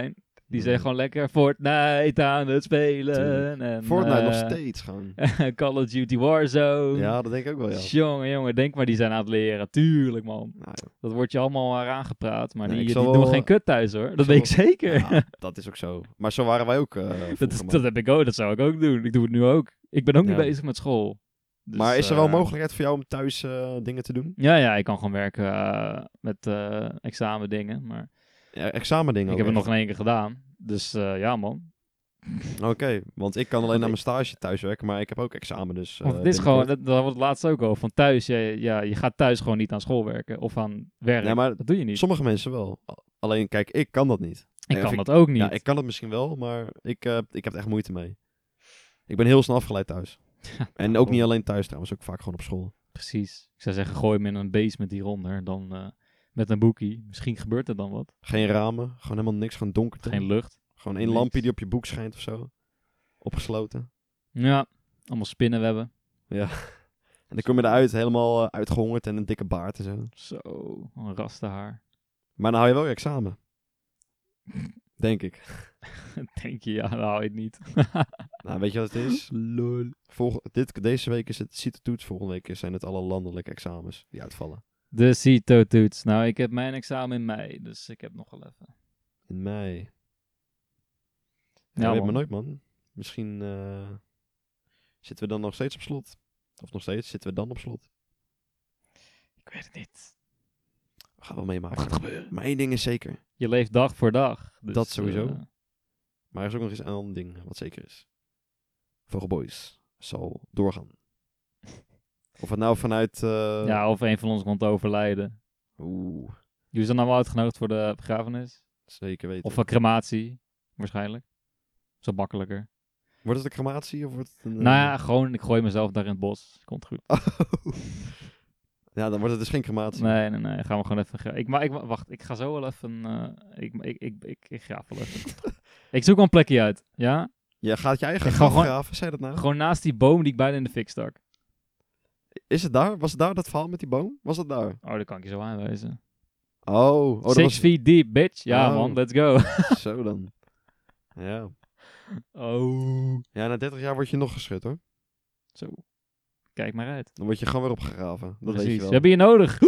Die zijn gewoon lekker Fortnite aan het spelen. Tuurlijk. En, Fortnite nog steeds gewoon. Call of Duty Warzone. Ja, dat denk ik ook wel, ja. Jongen, denk maar die zijn aan het leren. Tuurlijk, man. Nou, joh. Dat wordt je allemaal maar aangepraat. Maar Nee, die ik zal doen wel- geen kut thuis, hoor. Dat zal weet ik zeker. Ja, dat is ook zo. Maar zo waren wij ook vroeger, man. Dat heb ik ook. Dat zou ik ook doen. Ik doe het nu ook. Ik ben ook niet Ja. bezig met school. Dus, Maar is er wel mogelijkheid voor jou om thuis dingen te doen? Ja, ik kan gewoon werken met examendingen. Maar Ja, examendingen ik heb ook het nog echt? in 1 keer gedaan. Dus ja, man. Oké, want ik kan alleen naar mijn stage thuis werken, maar ik heb ook examen, dus... Want het is gewoon, binnenkort. dat was het laatst ook al. Van thuis, je gaat thuis gewoon niet aan school werken. Of aan werk. Nee, maar dat doe je niet. Sommige mensen wel. Alleen, kijk, ik kan dat niet. Ik Of kan dat ook niet. Ja, ik kan het misschien wel, maar ik heb er echt moeite mee. Ik ben heel snel afgeleid thuis. En ook niet alleen thuis trouwens, ook vaak gewoon op school. Precies. Ik zou zeggen, gooi hem in een basement hieronder. Dan met een boekie. Misschien gebeurt er dan wat. Geen ramen, gewoon helemaal niks, gewoon donker. Geen lucht. Gewoon één niks. lampje die op je boek schijnt of zo. Opgesloten. Ja, allemaal spinnenwebben. En dan kom je eruit helemaal uitgehongerd en een dikke baard en zo. Zo, een rastenhaar. Maar dan hou je wel je examen. Denk ik. Denk je, ja, dat hou je het niet. Nou, weet je wat het is? Lol. Deze week is het CITO-toets, volgende week zijn het alle landelijke examens die uitvallen. De CITO-toets. Nou, ik heb mijn examen in mei, dus ik heb nog wel even. In mei. Ja, Ja, weet maar man. nooit, man. Misschien zitten we dan nog steeds op slot. Of nog steeds, zitten we dan op slot. Ik weet het niet. We gaan wel meemaken. Wat gaat er gebeuren? Maar één ding is zeker. Je leeft dag voor dag. Dus, Dat sowieso. eh, Maar er is ook nog eens een ander ding wat zeker is. Vogelboys zal doorgaan. Of het nou vanuit... ja, of een van ons komt overlijden. Oeh, Jullie zijn allemaal uitgenodigd voor de begrafenis. zeker weten. Of een crematie, waarschijnlijk. Zo makkelijker. Wordt het een crematie of wordt het een... Nou ja, gewoon, ik gooi mezelf daar in het bos. Komt goed. Ja, dan wordt het dus geen crematie. Nee. Gaan we gewoon even... wacht, ik ga zo wel even... ik graaf wel even. Ik zoek wel een plekje uit. Ja? Je gaat je eigen Ik ga graf gewoon- graven, zei je dat nou? Gewoon naast die boom die ik bijna in de fik stak. Is het daar? Was het daar dat verhaal met die boom? Was het daar? Oh, dat kan ik je zo aanwijzen. Dat 6 was... feet deep, bitch. Ja, Oh. man, let's go. Zo dan. Ja. Oh. Ja, na 30 jaar word je nog geschud hoor. Zo. Kijk maar uit. Dan word je gewoon weer opgegraven. Dat weet Precies. je wel. We hebben je nodig.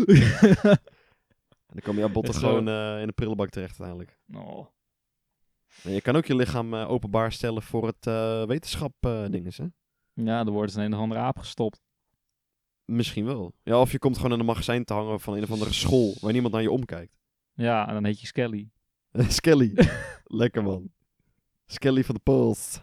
En dan komen jouw botten Echt zo. gewoon in de prullenbak terecht uiteindelijk. Oh. En je kan ook je lichaam openbaar stellen voor het wetenschap dinges, hè? Ja, er wordt eens een of andere aap gestopt. Misschien wel. Ja, of je komt gewoon in een magazijn te hangen van een of andere school waar niemand naar je omkijkt. Ja, en dan heet je Skelly. Skelly. Lekker man. Skelly van de Pulse.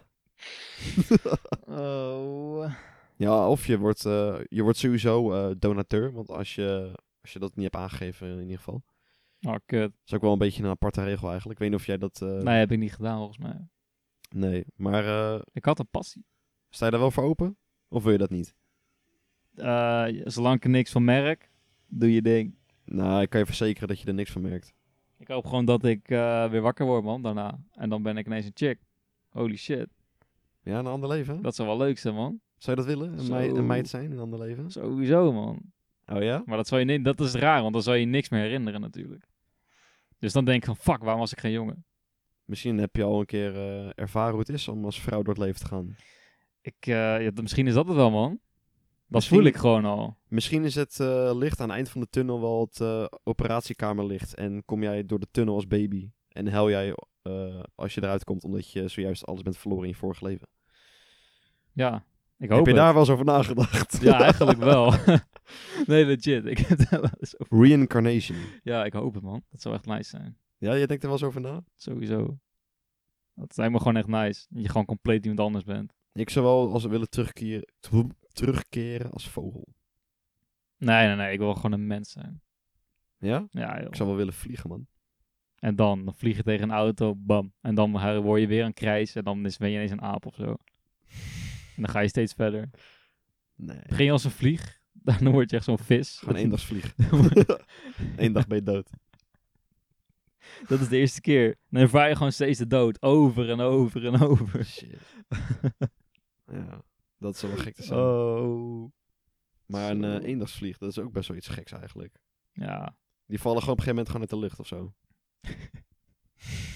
Oh. Ja, of je wordt sowieso donateur. Want als je dat niet hebt aangegeven in ieder geval. Oh, kut. Dat is ook wel een beetje een aparte regel eigenlijk. Ik weet niet of jij dat... Nee, heb ik niet gedaan volgens mij. Nee, maar Ik had een passie. sta je daar wel voor open? Of wil je dat niet? Zolang ik er niks van merk, doe je ding. Nou, ik kan je verzekeren dat je er niks van merkt. Ik hoop gewoon dat ik weer wakker word, man, daarna. En dan ben ik ineens een chick. Holy shit. Ja, een ander leven? Hè? Dat zou wel leuk zijn, man. Zou je dat willen? Zo. Een meid zijn in een ander leven? Sowieso, man. Oh ja? Maar dat, dat is raar, want dan zou je niks meer herinneren natuurlijk. Dus dan denk ik van, fuck, waarom was ik geen jongen? Misschien heb je al een keer ervaren hoe het is om als vrouw door het leven te gaan. Misschien is dat het wel, man. Dat Misschien- voel ik gewoon al. Misschien is het licht aan het eind van de tunnel wel het operatiekamerlicht. En kom jij door de tunnel als baby. En huil jij als je eruit komt omdat je zojuist alles bent verloren in je vorige leven. Ja, ik hoop Heb je het. daar wel eens over nagedacht? Ja, eigenlijk wel. Nee, legit. Ik heb daar wel eens over... Reincarnation. Ja, ik hoop het, man. Dat zou echt nice zijn. Ja, je denkt er wel eens over na? Sowieso. Dat lijkt me gewoon echt nice. Dat je gewoon compleet iemand anders bent. Ik zou wel als willen terugkeren als vogel. Nee. Ik wil gewoon een mens zijn. Ja? Ja, joh. Ik zou wel willen vliegen, man. En dan vlieg je tegen een auto, bam. En dan word je weer een krijs en dan ben je ineens een aap of zo. En dan ga je steeds verder. Nee. Begin je als een vlieg, dan word je echt zo'n vis. Gewoon eendagsvlieg. Eén dag ben je dood. Dat is de eerste keer. Dan ervaar je gewoon steeds de dood. Over en over en over. Shit. Ja, dat zou wel gek te zijn. Oh. Maar een Zo. eendagsvlieg, dat is ook best wel iets geks eigenlijk. Ja. Die vallen gewoon op een gegeven moment gewoon uit de lucht of zo.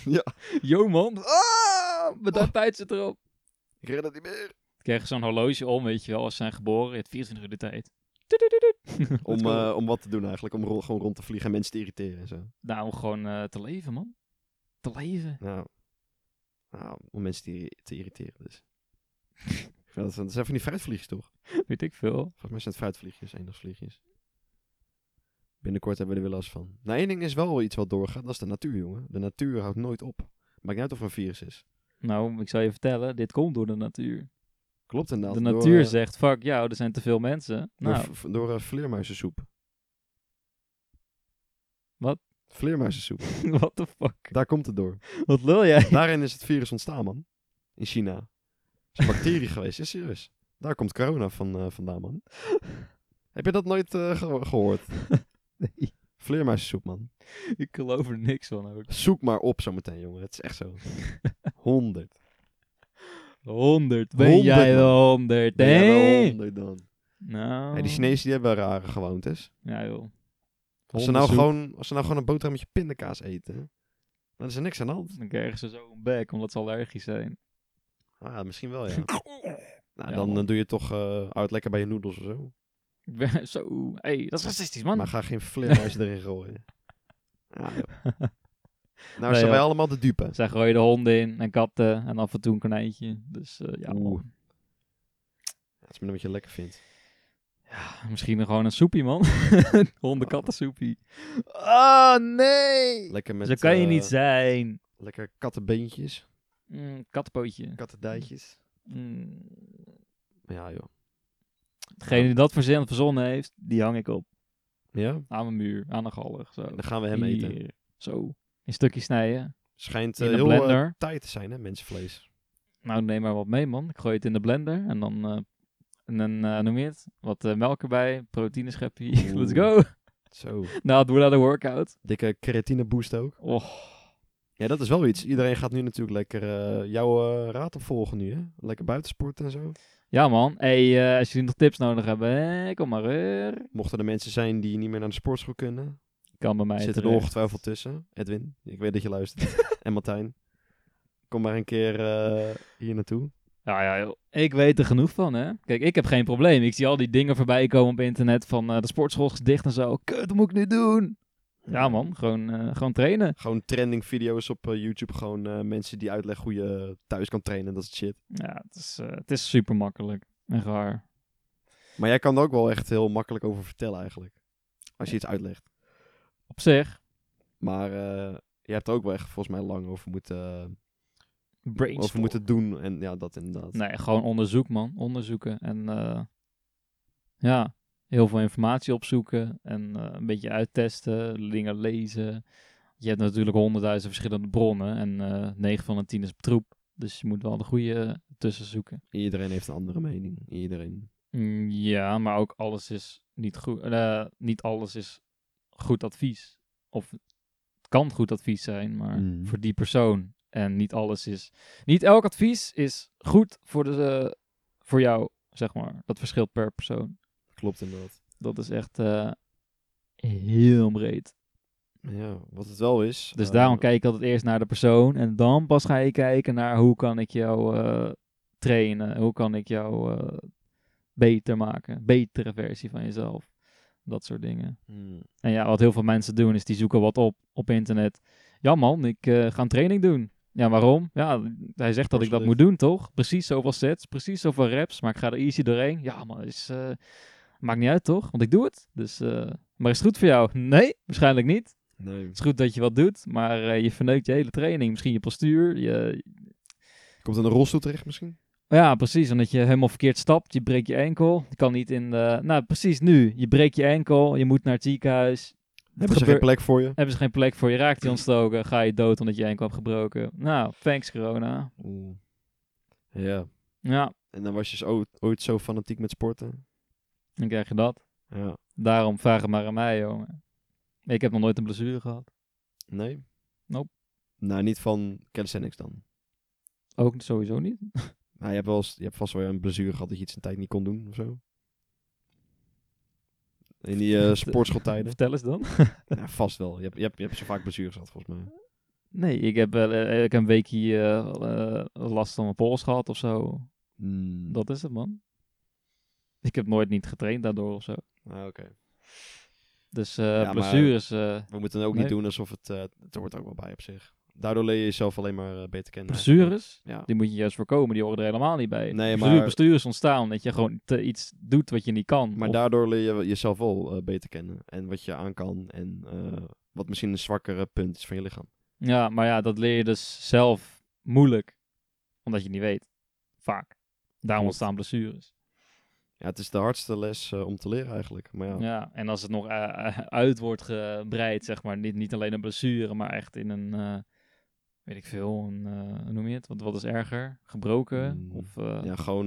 Ja. Yo man, mijn tijd zit erop. Ik red het niet meer. Ik krijg zo'n horloge om, weet je wel, als ze zijn geboren. Je hebt 24 uur de tijd. Om wat te doen eigenlijk? Om gewoon rond te vliegen en mensen te irriteren en zo. Nou, om gewoon te leven, man. Te leven. Nou, om mensen te irriteren dus. Dat zijn van die fruitvliegjes toch? Weet ik veel. Volgens mij zijn het fruitvliegjes, eendagsvliegjes. Binnenkort hebben we er weer last van. Nou, één ding is wel iets wat doorgaat. Dat is de natuur, jongen. De natuur houdt nooit op. Maakt niet uit of er een virus is. Nou, ik zal je vertellen, dit komt door de natuur. Klopt inderdaad. De natuur zegt, fuck jou, er zijn te veel mensen. Nou, Door vleermuizensoep. Wat? Vleermuizensoep. what the fuck? Daar komt het door. Wat lul jij? Daarin is het virus ontstaan, man. In China. Het is een bacterie geweest, is serieus. Daar komt corona vandaan, man. Heb je dat nooit gehoord? Nee, Vleermuizensoep, man. ik geloof er niks van ook. Zoek maar op zometeen, jongen. Het is echt zo. 100. 100. Ben 100, jij man. wel 100? Ben jij wel Nee. 100 dan? Nou. Hey, die Chinezen die hebben rare gewoontes. Ja, joh. Als ze nou Hondensoep. gewoon een boterhammetje pindakaas eten, dan is er niks aan de hand. Dan krijgen ze zo een bek, omdat ze allergisch zijn. Ah, misschien wel, ja. Nou, Ja, dan man. doe je toch houd lekker bij je noedels of zo. Zo. Hey, dat is racistisch, man. Maar ga geen vleermuizen erin gooien. Ja, joh. Nou, Nee, zijn wij joh. allemaal de dupe. Zij gooien de honden in en katten en af en toe een konijntje. Dus ja, Oeh. man. Dat is maar wat je lekker vindt. Ja, misschien gewoon een soepie, man. Honden-kattensoepie. Ah, nee! Lekker met Zo kan je niet zijn. lekker kattenbeentjes, Kattenpootje. kattendijtjes. Mm. Ja, joh. Degene die dat verzonnen heeft, die hang ik op. Ja? Aan mijn muur, aan de galg. Zo. Dan gaan we hem eten. Hier. Zo. In stukjes snijden. Schijnt In de heel blender. taai te zijn, hè, mensenvlees. Nou, neem maar wat mee, man. Ik gooi het in de blender en dan noem je het? Wat melk erbij, proteïneschepje. Oeh. Let's go. Zo. Nou, doe dat een workout. Dikke creatine boost ook. Oh. Ja, dat is wel iets. Iedereen gaat nu natuurlijk lekker jouw raad opvolgen nu, hè? Lekker buitensporten en zo. Ja, man. Hey, als jullie nog tips nodig hebben, kom maar weer. Mochten er mensen zijn die niet meer naar de sportschool kunnen, Kan bij mij zitten er terecht. ongetwijfeld tussen. Edwin, ik weet dat je luistert. En Martijn. Kom maar een keer hier naartoe. Ja, joh. Ik weet er genoeg van, hè. Kijk, ik heb geen probleem. Ik zie al die dingen voorbij komen op internet van de sportschool is dicht en zo. Kut, wat moet ik nu doen? Ja, man. Gewoon trainen. Gewoon trending video's op YouTube. Gewoon mensen die uitleggen hoe je thuis kan trainen. Dat is shit. Ja, het is super makkelijk. Echt waar. Maar jij kan er ook wel echt heel makkelijk over vertellen eigenlijk. Als je iets uitlegt. Op zich, Maar je hebt er ook wel echt volgens mij lang over brainstorm. moeten doen. En ja, dat inderdaad. Nee, gewoon onderzoek, man. Onderzoeken. En ja, heel veel informatie opzoeken. En een beetje uittesten. Dingen lezen. Je hebt natuurlijk 100.000 verschillende bronnen. En 9 van de 10 is troep. Dus je moet wel de goede tussen zoeken. Iedereen heeft een andere mening. Iedereen. Ja, maar ook alles is niet goed. Niet alles is goed advies. Of het kan goed advies zijn, maar voor die persoon. En niet alles is... Niet elk advies is goed voor jou, zeg maar. Dat verschilt per persoon. Klopt inderdaad. Dat is echt heel breed. Ja, wat het wel is. Dus daarom kijk ik altijd eerst naar de persoon. En dan pas ga je kijken naar hoe kan ik jou trainen. Hoe kan ik jou beter maken. Betere versie van jezelf. Dat soort dingen. En ja, wat heel veel mensen doen is die zoeken wat op internet. Ja man, ik ga een training doen. Ja, waarom? Ja, hij zegt dat ik dat moet doen, toch? Precies zoveel sets, precies zoveel reps. Maar ik ga er easy doorheen. Ja man, maakt niet uit toch? Want ik doe het. Dus, maar is het goed voor jou? Nee, waarschijnlijk niet. Nee. Het is goed dat je wat doet, maar je verneukt je hele training. Misschien je postuur. Komt in een rolstoel terecht misschien? Ja, precies. Omdat je helemaal verkeerd stapt. Je breekt je enkel. Je kan niet in de... Nou, precies nu. Je breekt je enkel. Je moet naar het ziekenhuis. Hebben ze geen plek voor je? Hebben ze geen plek voor je. Raakt die ontstoken. Ga je dood omdat je enkel hebt gebroken. Nou, thanks corona. Oeh. Ja. Ja, En dan was je ooit zo fanatiek met sporten? dan krijg je dat. Ja. Daarom vraag het maar aan mij, jongen. Ik heb nog nooit een blessure gehad. Nee? Nope. Nou, niet van calisthenics dan. Ook sowieso niet. Nou, je hebt vast wel een blessure gehad dat je iets een tijd niet kon doen of zo. In die sportschooltijden. Vertel eens dan. Ja, vast wel. Je hebt zo vaak blessures gehad volgens mij. Nee, ik heb een weekje last van mijn pols gehad of zo. Dat is het, man. Ik heb nooit niet getraind daardoor of zo. Oké. Dus Ja, blessures... We moeten ook nee. niet doen alsof het hoort ook wel bij op zich. Daardoor leer je jezelf alleen maar beter kennen. Blessures? Ja. Die moet je juist voorkomen. Die horen er helemaal niet bij. Nee, maar- Blessures ontstaan omdat je gewoon iets doet wat je niet kan. Maar Of- daardoor leer je jezelf wel beter kennen. En wat je aan kan. En wat misschien een zwakkere punt is van je lichaam. Ja, maar ja, dat leer je dus zelf moeilijk. Omdat je het niet weet. Vaak. Daarom Klopt. ontstaan blessures. Ja, het is de hardste les om te leren eigenlijk. Maar ja, Ja, en als het nog uit wordt gebreid, zeg maar. Niet alleen een blessure, maar echt in een... weet ik veel, hoe noem je het? Wat is erger? Gebroken? Of, ja gewoon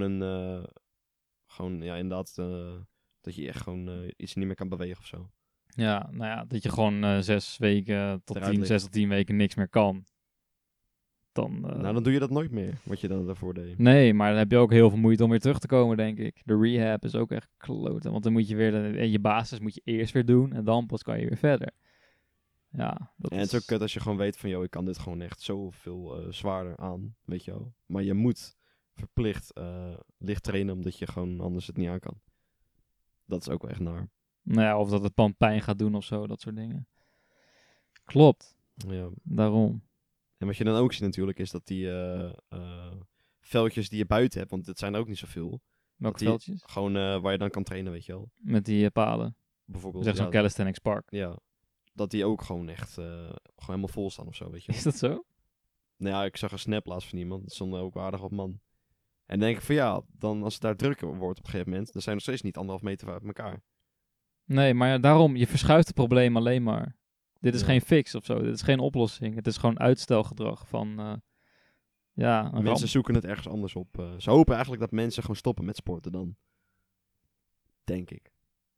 inderdaad dat je echt gewoon iets niet meer kan bewegen of zo. Ja, nou ja, dat je gewoon 6 weken tot Eruit 10, ligt. 6 tot 10 weken niks meer kan. Dan, Nou, dan doe je dat nooit meer, wat je dan daarvoor deed. nee, maar dan heb je ook heel veel moeite om weer terug te komen, denk ik. De rehab is ook echt kloten, want dan moet je weer, je basis moet je eerst weer doen en dan pas kan je weer verder. Ja, dat En het is ook kut als je gewoon weet van, joh, ik kan dit gewoon echt zoveel zwaarder aan, weet je wel. Maar je moet verplicht licht trainen, omdat je gewoon anders het niet aan kan. Dat is ook wel echt naar. Nou ja, of dat het dan pijn gaat doen of zo, dat soort dingen. Klopt, Ja. daarom. En wat je dan ook ziet natuurlijk, is dat die veldjes die je buiten hebt, want dit zijn er ook niet zoveel. Welke die- veldjes? Gewoon waar je dan kan trainen, weet je wel. Met die palen. Bijvoorbeeld. Zeg zo'n ja, calisthenics park. ja, dat die ook gewoon echt gewoon helemaal vol staan of zo, weet je wel. Is dat zo? Nou ja, ik zag een snap laatst van iemand. Dat stond ook aardig op man. En dan denk ik van ja, dan als het daar drukker wordt op een gegeven moment, dan zijn we nog steeds niet 1,5 meter uit elkaar. Nee, maar ja, daarom, je verschuift het probleem alleen maar. Dit is Ja. geen fix of zo. Dit is geen oplossing. Het is gewoon uitstelgedrag van, ja, een Mensen ramp. zoeken het ergens anders op. Ze hopen eigenlijk dat mensen gewoon stoppen met sporten dan. Denk ik.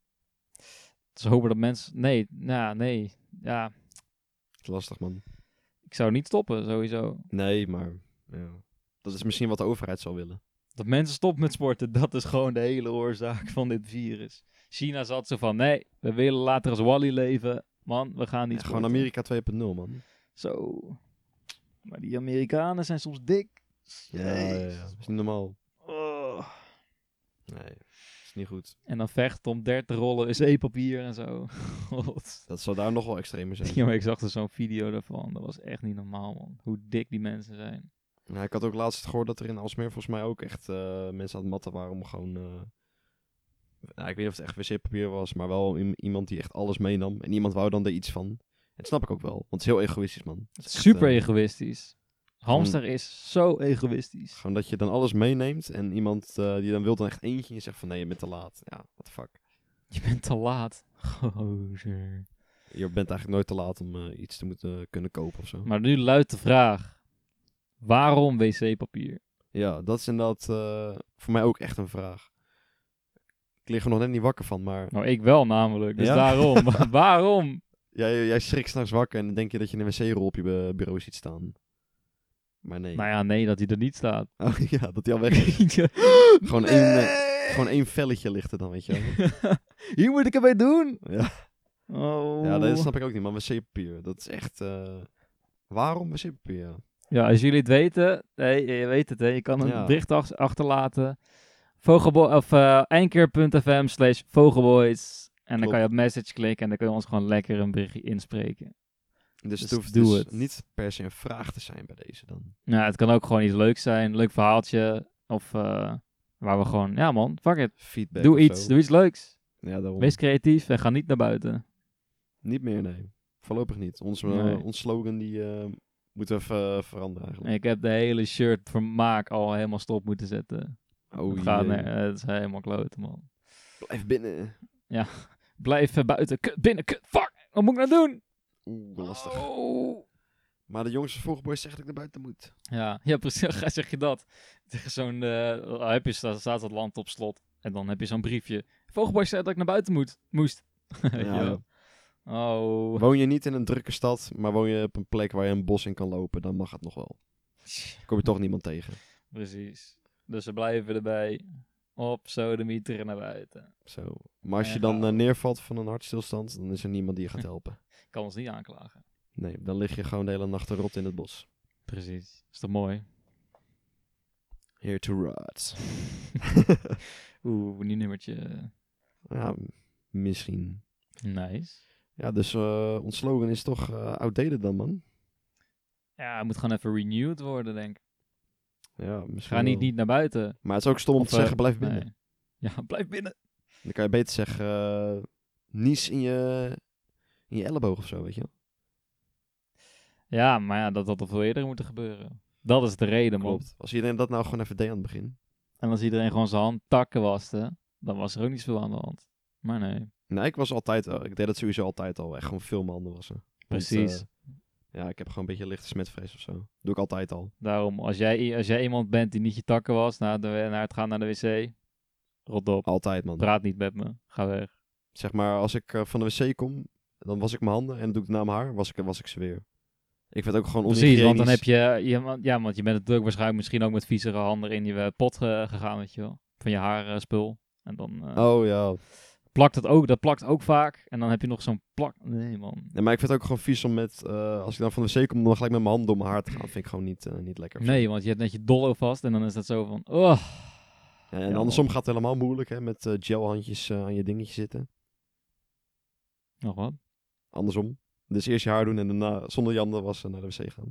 Ze hopen dat mensen... Nee, nee. Ja, Het is lastig, man. ik zou niet stoppen, sowieso. Nee, maar ja. Dat is misschien wat de overheid zou willen. Dat mensen stoppen met sporten, dat is gewoon de hele oorzaak van dit virus. China zat zo van, nee, we willen later als Wally leven. Man, we gaan niet Ja, gewoon sporten. Amerika 2.0, man. Zo. Maar die Amerikanen zijn soms dik. Ja. Dat is niet normaal. Oh. Nee, is niet goed. En dan vechten om 30 rollen wc-papier en zo. God. Dat zou daar nog wel extremer zijn. Ja, maar ik zag er zo'n video daarvan. Dat was echt niet normaal, man. Hoe dik die mensen zijn. Nou, ik had ook laatst gehoord dat er in Alsmeer volgens mij ook echt mensen aan het matten waren om gewoon... nou, ik weet niet of het echt wc-papier was, maar wel iemand die echt alles meenam. En iemand wou dan er iets van. En dat snap ik ook wel, want het is heel egoïstisch, man. Het is echt, Super egoïstisch. Hamster is zo egoïstisch. Gewoon dat je dan alles meeneemt en iemand die dan wil dan echt eentje en je zegt van nee, je bent te laat. Ja, what the fuck. Je bent te laat. Gozer. Je bent eigenlijk nooit te laat om iets te moeten kunnen kopen of zo. Maar nu luidt de vraag. Waarom wc-papier? Ja, dat is inderdaad voor mij ook echt een vraag. Ik lig er nog net niet wakker van, maar Nou, ik wel namelijk. Dus Ja? daarom. Waarom? jij schrikt s'nachts wakker en dan denk je dat je een wc-rol op je bureau ziet staan. Maar nee. Nou ja, nee, dat hij er niet staat. Oh, ja, dat hij al weg is. Gewoon Gewoon één velletje ligt er dan, weet je wel. Hier moet ik het mee doen. Ja. Oh. Ja, dat snap ik ook niet, man. Wc-papier, dat is echt... waarom wc-papier? Ja. Ja, als jullie het weten, je weet het, hè, je kan een Ja. bericht achterlaten. Anchor.fm/vogelboys. En dan Klopt. kan je op message klikken en dan kun je ons gewoon lekker een berichtje inspreken. Dus het Dus hoeft doe dus het. niet per se een vraag te zijn bij deze dan. Ja, het kan ook gewoon iets leuks zijn, een leuk verhaaltje. Of waar we gewoon, ja man, fuck it. Feedback Doe of iets, zo. doe iets leuks. Ja, daarom. Wees creatief en ga niet naar buiten. Niet meer, nee. Voorlopig niet. Ons slogan die moeten we even veranderen eigenlijk. Ik heb de hele shirt vermaak al helemaal stop moeten zetten. Oh Het is helemaal kloten, man. Blijf binnen. Blijf buiten, kut, binnen, kut, fuck. Wat moet ik nou doen? Oeh, lastig. Oh. Maar de jongens van Vogelboys zeggen dat ik naar buiten moet. Ja, precies. Zeg je dat. Tegen zo'n, staat het land op slot. En dan heb je zo'n briefje. Vogelboys zei dat ik naar buiten moest. Weet je Ja. wel. Oh. Woon je niet in een drukke stad, maar woon je op een plek waar je een bos in kan lopen, dan mag het nog wel. Kom je toch niemand tegen. Precies. Dus we blijven erbij. Op sodemieter naar buiten. Zo. Maar als je En dan gaan. neervalt van een hartstilstand, dan is er niemand die je gaat helpen. Kan ons niet aanklagen. Nee, dan lig je gewoon de hele nacht te rot in het bos. Precies. Is toch mooi? Here to rot. Oeh, nieuw nummertje. Ja, misschien. Nice. Ja, dus ons slogan is toch outdated dan, man. Ja, het moet gewoon even renewed worden, denk ik. Ja, misschien Ga wel. niet naar buiten. Maar het is ook stom om Of, te zeggen, blijf binnen. nee. Ja, blijf binnen. Dan kan je beter zeggen, nies in je elleboog of zo, weet je wel. Ja, maar ja, dat had al veel eerder moeten gebeuren. Dat is de reden, man. Klopt. Als iedereen dat nou gewoon even deed aan het begin. En als iedereen gewoon zijn hand takken waste, dan was er ook niet zoveel aan de hand. Maar nee. Nee, ik was altijd wel. Ik deed dat sowieso altijd al. Echt gewoon veel mijn handen wassen. Want, Precies. ja, ik heb gewoon een beetje lichte smetvrees of zo. Doe ik altijd al. Daarom, als jij iemand bent die niet je takken was naar het gaan naar de wc, rot op. Altijd, man. Praat niet met me. Ga weg. Zeg maar, als ik van de wc kom, dan was ik mijn handen en dan doe ik het naar mijn haar, was ik ze weer. Ik vind het ook gewoon Precies, want dan onhygiënisch. heb je... want je bent natuurlijk waarschijnlijk misschien ook met viezere handen in je pot gegaan, weet je wel. Van je haarspul. En dan Oh ja. dat plakt ook vaak. En dan heb je nog zo'n plak... Nee, man. Nee, maar ik vind het ook gewoon vies om als ik dan van de wc kom, dan gelijk met mijn handen door mijn haar te gaan. Vind ik gewoon niet lekker. Nee, want je hebt net je dollo vast en dan is dat zo van... Oh. Ja, en Ja, andersom man. gaat het helemaal moeilijk, hè, met gelhandjes aan je dingetje zitten. Nog wat? Andersom. Dus eerst je haar doen en daarna zonder je handen wassen naar de wc gaan.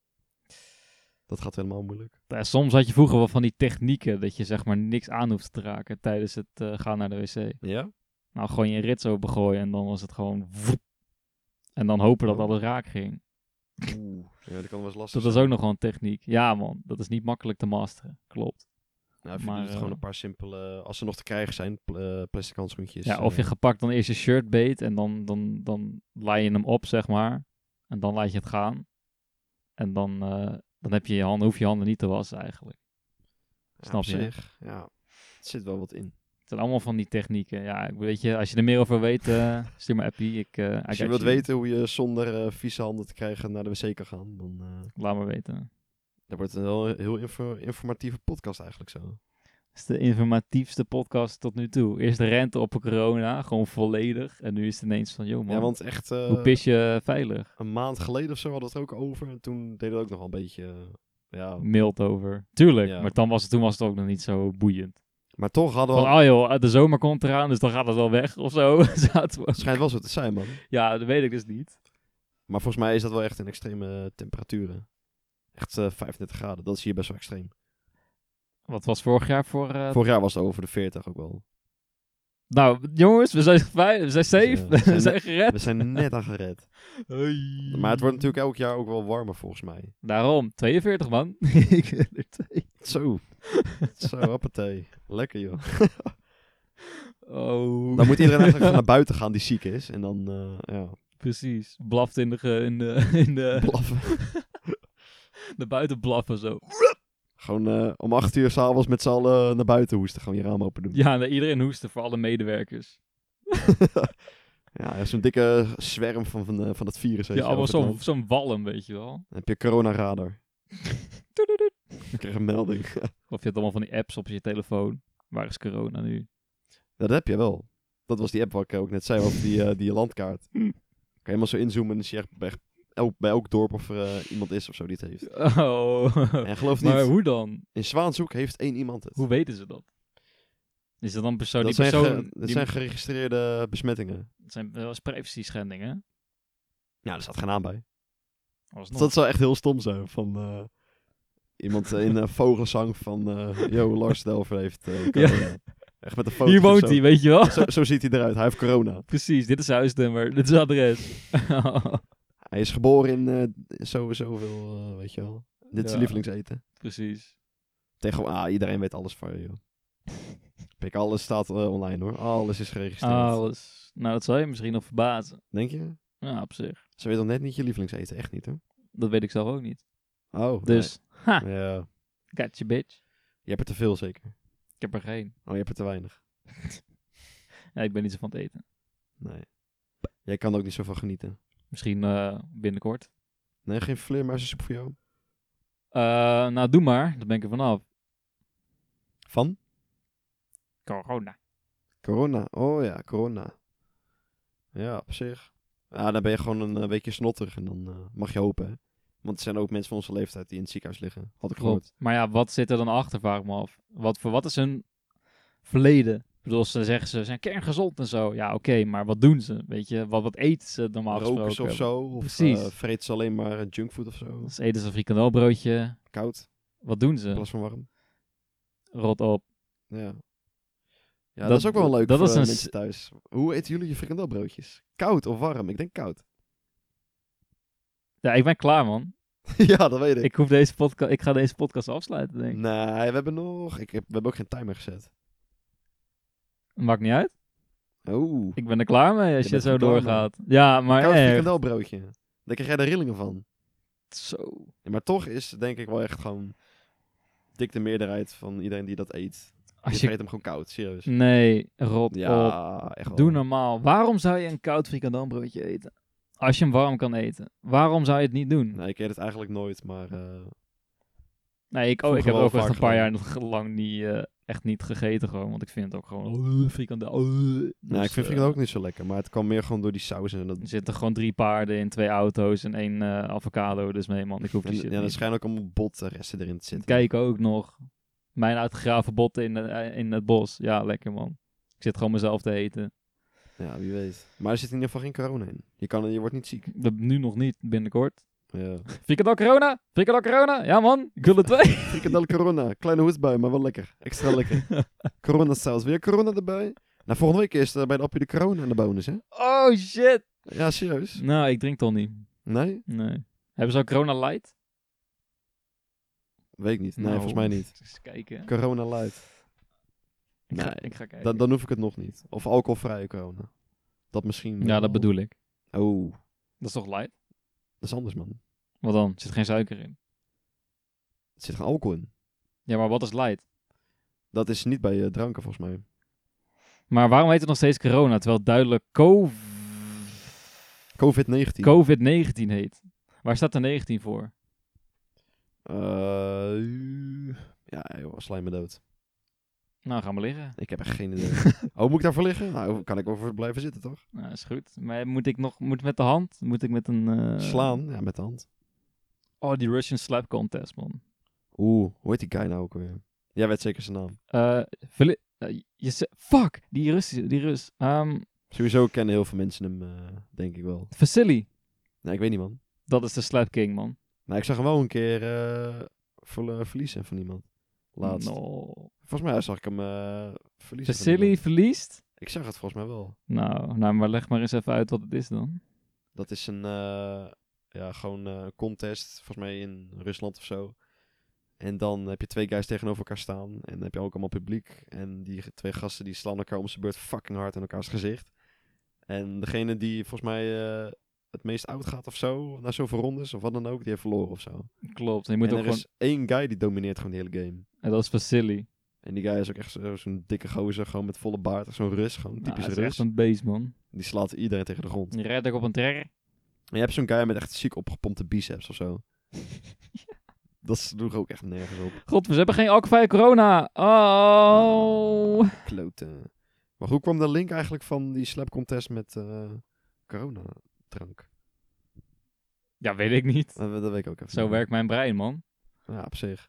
Dat gaat helemaal moeilijk. Ja, soms had je vroeger wel van die technieken dat je zeg maar niks aan hoeft te raken tijdens het gaan naar de wc. Ja? Nou, gewoon je rits opengooien en dan was het gewoon... voep. En dan hopen dat Oh. alles raak ging. Oeh. Ja, dat kan wel eens lastig Dat is zijn. ook nog wel een techniek. Ja, man. Dat is niet makkelijk te masteren. Klopt. Nou, je maar, doet gewoon een paar simpele, als ze nog te krijgen zijn, plastic handschoentjes. Ja, of je gepakt dan eerst je shirt beet en dan laai je hem op, zeg maar. En dan laat je het gaan. En dan heb je handen, hoef je handen niet te wassen eigenlijk. ja, snap op je? zich, ja, het zit wel wat in. Het zijn allemaal van die technieken. Ja, weet je, als je er meer over weet, stuur me appie. Als je wilt weten hoe je zonder vieze handen te krijgen naar de wc kan gaan, dan Laat maar weten. dat wordt een heel informatieve podcast eigenlijk zo. Het is de informatiefste podcast tot nu toe. Eerst de rente op corona, gewoon volledig. En nu is het ineens van, joh man, Ja, want echt hoe pis je veilig? een maand geleden of zo hadden we het ook over. En toen deden we ook nog wel een beetje, ja. Mild over. Tuurlijk, Ja. maar toen was het ook nog niet zo boeiend. Maar toch hadden we Van, al, oh joh, de zomer komt eraan, dus dan gaat het wel weg of zo. Zaten we. het schijnt wel zo te zijn, man. Ja, dat weet ik dus niet. Maar volgens mij is dat wel echt in extreme temperaturen. Echt 35 graden, dat is hier best wel extreem. Wat was vorig jaar voor... Vorig jaar was het over de 40 ook wel. Nou, jongens, we zijn safe. Ja, we zijn gered. We zijn net aan gered. Maar het wordt natuurlijk elk jaar ook wel warmer volgens mij. Daarom, 42 man. Ik ben er 2. Zo. Zo, hoppatee. Lekker joh. Oh. Dan moet iedereen eigenlijk naar buiten gaan die ziek is. En dan, ja, Precies. Blaft in de blaffen. de buiten blaffen zo. Gewoon om 8 uur s'avonds met z'n allen naar buiten hoesten. Gewoon je raam open doen. Ja, nee, iedereen hoesten voor alle medewerkers. Ja, zo'n dikke zwerm van het virus. Weet Ja, je, allemaal over het land. zo'n walm, weet je wel. Dan heb je corona-radar. Ik kreeg een melding. Of je hebt allemaal van die apps op je telefoon. Waar is corona nu? Dat heb je wel. Dat was die app wat ik ook net zei over die landkaart. Kan je helemaal zo inzoomen en dan zie je echt bij elk dorp of er iemand is of zo die het heeft. Oh. En geloof niet, Maar hoe dan? in Zwaanzoek heeft 1 iemand het. Hoe weten ze dat? Is dat dan persoon? Dat Die persoon... dat zijn geregistreerde besmettingen. Dat zijn wel eens privacy schendingen. Ja, er staat geen naam bij. Alsnog. Dat zou echt heel stom zijn. Van iemand in Vogelzang van... Yo, Lars Delver heeft corona. Echt met een foto. Hier woont hij, weet je wel? Zo ziet hij eruit. Hij heeft corona. Precies, dit is huisnummer, dit is adres. Hij is geboren in zoveel, weet je wel. Dit is Ja. zijn lievelingseten. Precies. Tegen iedereen weet alles van je, joh. Pik, alles staat online, hoor. Alles is geregistreerd. Alles. Nou, dat zou je misschien nog verbazen. Denk je? Ja, op zich. Ze weet nog net niet je lievelingseten. Echt niet, hoor. Dat weet ik zelf ook niet. Oh, Dus, ha, nee. Ja. gotcha bitch. Je hebt er te veel, zeker. Ik heb er geen. Oh, je hebt er te weinig. Ja, ik ben niet zo van het eten. Nee. Jij kan er ook niet zo van genieten. Misschien binnenkort. Nee, geen vleermuizensoep voor jou? Nou, doe maar. Dan ben ik er vanaf. Van? Corona. Corona. Oh ja, corona. Ja, op zich. Ja, dan ben je gewoon een weekje snotterig en dan mag je hopen, hè. Want er zijn ook mensen van onze leeftijd die in het ziekenhuis liggen. Had ik gehoord. Klopt. Maar ja, wat zit er dan achter, vraag ik me af. Wat is hun verleden? Ik bedoel, ze zeggen ze zijn kerngezond en zo. Ja, oké, maar wat doen ze? Weet je, wat eten ze normaal Rokers gesproken? of zo. Of Precies. vreten ze alleen maar junkfood of zo. Dus eten ze een frikandelbroodje. Koud, Wat doen in ze? plaats van warm. Rot op. Ja. Ja, dat is ook wel leuk dat voor is een mensen thuis. Hoe eten jullie je frikandelbroodjes? Koud of warm? Ik denk koud. Ja, ik ben klaar, man. Ja, dat weet ik. Ik ga deze podcast afsluiten, denk ik. Nee, we hebben nog... we hebben ook geen timer gezet. Maakt niet uit. Oeh. Ik ben er klaar mee als je bent zo er klaar mee. doorgaat. Ja, maar Koud echt. frikandelbroodje. Daar krijg jij de rillingen van. Zo. Ja, maar toch is denk ik wel echt gewoon... dik de meerderheid van iedereen die dat eet. Als Die je... vreet hem gewoon koud, serieus. Nee, rot op. Ja, echt wel. Doe normaal. Waarom zou je een koud frikandelbroodje eten? Als je hem warm kan eten. Waarom zou je het niet doen? Nee, ik eet het eigenlijk nooit, maar... Nee, ik vroeger heb wel ook echt vaak een paar jaar lang niet, echt niet gegeten gewoon. Want ik vind het ook gewoon frikandel. Nou, Dus, ik vind frikandel ook niet zo lekker, maar het kwam meer gewoon door die saus en dat... Er zitten gewoon 3 paarden in 2 auto's en 1 avocado. Dus nee man, ik hoef die En, shit ja, er niet. schijnen ook allemaal botresten erin te zitten. Kijk ook nog. Mijn uitgegraven botten in het bos. Ja, lekker man. Ik zit gewoon mezelf te eten. Ja, wie weet. Maar er zit in ieder geval geen corona in. Je wordt niet ziek. Nu nog niet, binnenkort. Ja. Frikandel corona? Frikandel corona? Ja man, ik wil er 2. Frikandel corona. Kleine hoestbui, maar wel lekker. Extra lekker. Corona saus. Weer corona erbij? Nou, volgende week is er bij de Appie de corona aan de bonus, hè? Oh shit. Ja, serieus? Nou, ik drink toch niet. Nee? Nee. Hebben ze ook corona light? Weet ik niet. Nee, Nou, volgens mij niet. Eens kijken. Corona light. Ik Nee. ga kijken. Dan hoef ik het nog niet. Of alcoholvrije corona. Dat misschien Ja, wel. dat bedoel ik. Oh, Dat is toch light? dat is anders, man. Wat dan? Er zit geen suiker in. Er zit geen alcohol in. Ja, maar wat is light? Dat is niet bij dranken, volgens mij. Maar waarom heet het nog steeds corona, terwijl het duidelijk COVID-19. COVID-19 heet? Waar staat de 19 voor? Ja, joh, sla je me dood. Nou, ga maar liggen. Ik heb echt geen idee. Oh, moet ik daarvoor liggen? Nou, kan ik over blijven zitten, toch? Nou, is goed. Maar moet ik met de hand? Moet ik met een... Slaan? Ja, met de hand. Oh, die Russian Slap Contest, man. Oeh, hoe heet die guy nou ook weer? Jij weet zeker zijn naam. Fuck! Die Rus. Sowieso kennen heel veel mensen hem, denk ik wel. Vasily. Nee, ik weet niet, man. Dat is de Slap King, man. Nou, ik zag hem wel een keer verliezen van iemand. Laatst. No. Volgens mij zag ik hem verliezen van Vasily iemand. verliest? Ik zag het volgens mij wel. Nou, maar leg maar eens even uit wat het is dan. Dat is een, gewoon contest, volgens mij in Rusland of zo. En dan heb je 2 guys tegenover elkaar staan. En dan heb je ook allemaal publiek. En die 2 gasten die slaan elkaar om zijn beurt fucking hard in elkaars gezicht. En degene die volgens mij het meest oud gaat of zo, na zoveel rondes of wat dan ook, die heeft verloren of zo. Klopt. Je moet En ook er gewoon... is 1 guy die domineert gewoon de hele game. En dat is Vasily. En die guy is ook echt zo'n dikke gozer, gewoon met volle baard. Zo'n Rus, gewoon Nou, typische hij is Rus. echt een beest, man. Die slaat iedereen tegen de grond. Die rijdt ook op een trekker. En je hebt zo'n guy met echt ziek opgepompte biceps of zo. Dat sloeg ook echt nergens op. God, we hebben geen alcoholvrije corona. Oh. Kloten. Maar hoe kwam de link eigenlijk van die slap contest met coronadrank? Ja, weet ik niet. Dat weet ik ook even. Zo niet. werkt mijn brein, man. Ja, op zich.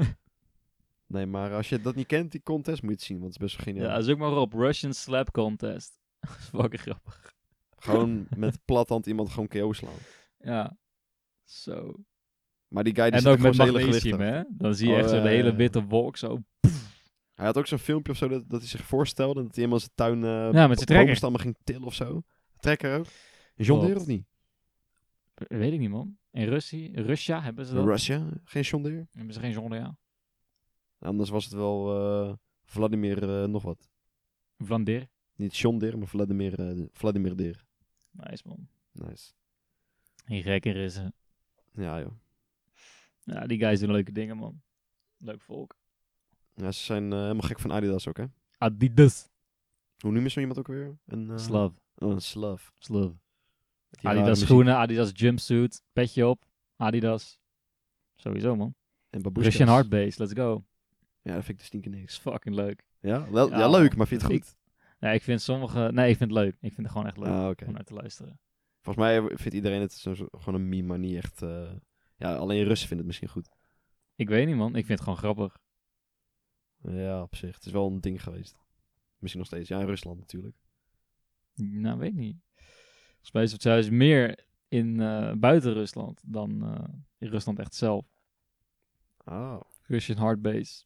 Nee, maar als je dat niet kent, die contest, moet je het zien, want het is best wel geniaal. Ja, zoek maar op. Russian Slap Contest. Dat is fucking grappig. Gewoon met plathand iemand gewoon KO slaan. Ja. Zo. Maar die guy die En zit ook er met gewoon zijn hele magnesium, gewicht hè? Dan zie je Oh, echt zo de ja, hele ja. witte wolk zo. Hij had ook zo'n filmpje of zo dat hij zich voorstelde dat hij helemaal zijn tuin Ja, met zijn trekker. boomstammen ging tillen of zo. Trekker ook. John Deere of niet? Weet ik niet, man. In Russia hebben ze dat. Russia? Geen John Deere? Hebben ze geen zonde, ja. Anders was het wel Vladimir nog wat. Vlaanderen. Niet John Deere, maar Vladimir Deere. Nice, man. Nice. Geen gekke rissen. Ja, joh. Ja, die guys doen leuke dingen, man. Leuk volk. Ja, ze zijn helemaal gek van Adidas ook, hè? Adidas. Hoe noem je zo iemand ook weer? Slav. Oh, een slav. Slav. Die rare Adidas muziek. schoenen, Adidas jumpsuit, petje op, Adidas. Sowieso, man. En baboeskas. Russian Hardbase, let's go. Ja, dat vind ik de stinken niks. Is fucking leuk. Ja? Ja, Ja, leuk, maar vind je het goed? Nee, ik vind het leuk. Ik vind het gewoon echt leuk Ah, oké. om naar te luisteren. Volgens mij vindt iedereen het gewoon een meme, maar niet echt... alleen Russen vinden het misschien goed. Ik weet niet, man. Ik vind het gewoon grappig. Ja, op zich. Het is wel een ding geweest. Misschien nog steeds. Ja, in Rusland natuurlijk. Nou, weet ik niet. Volgens mij is het juist meer in buiten Rusland dan in Rusland echt zelf. Ah. Russian hard bass.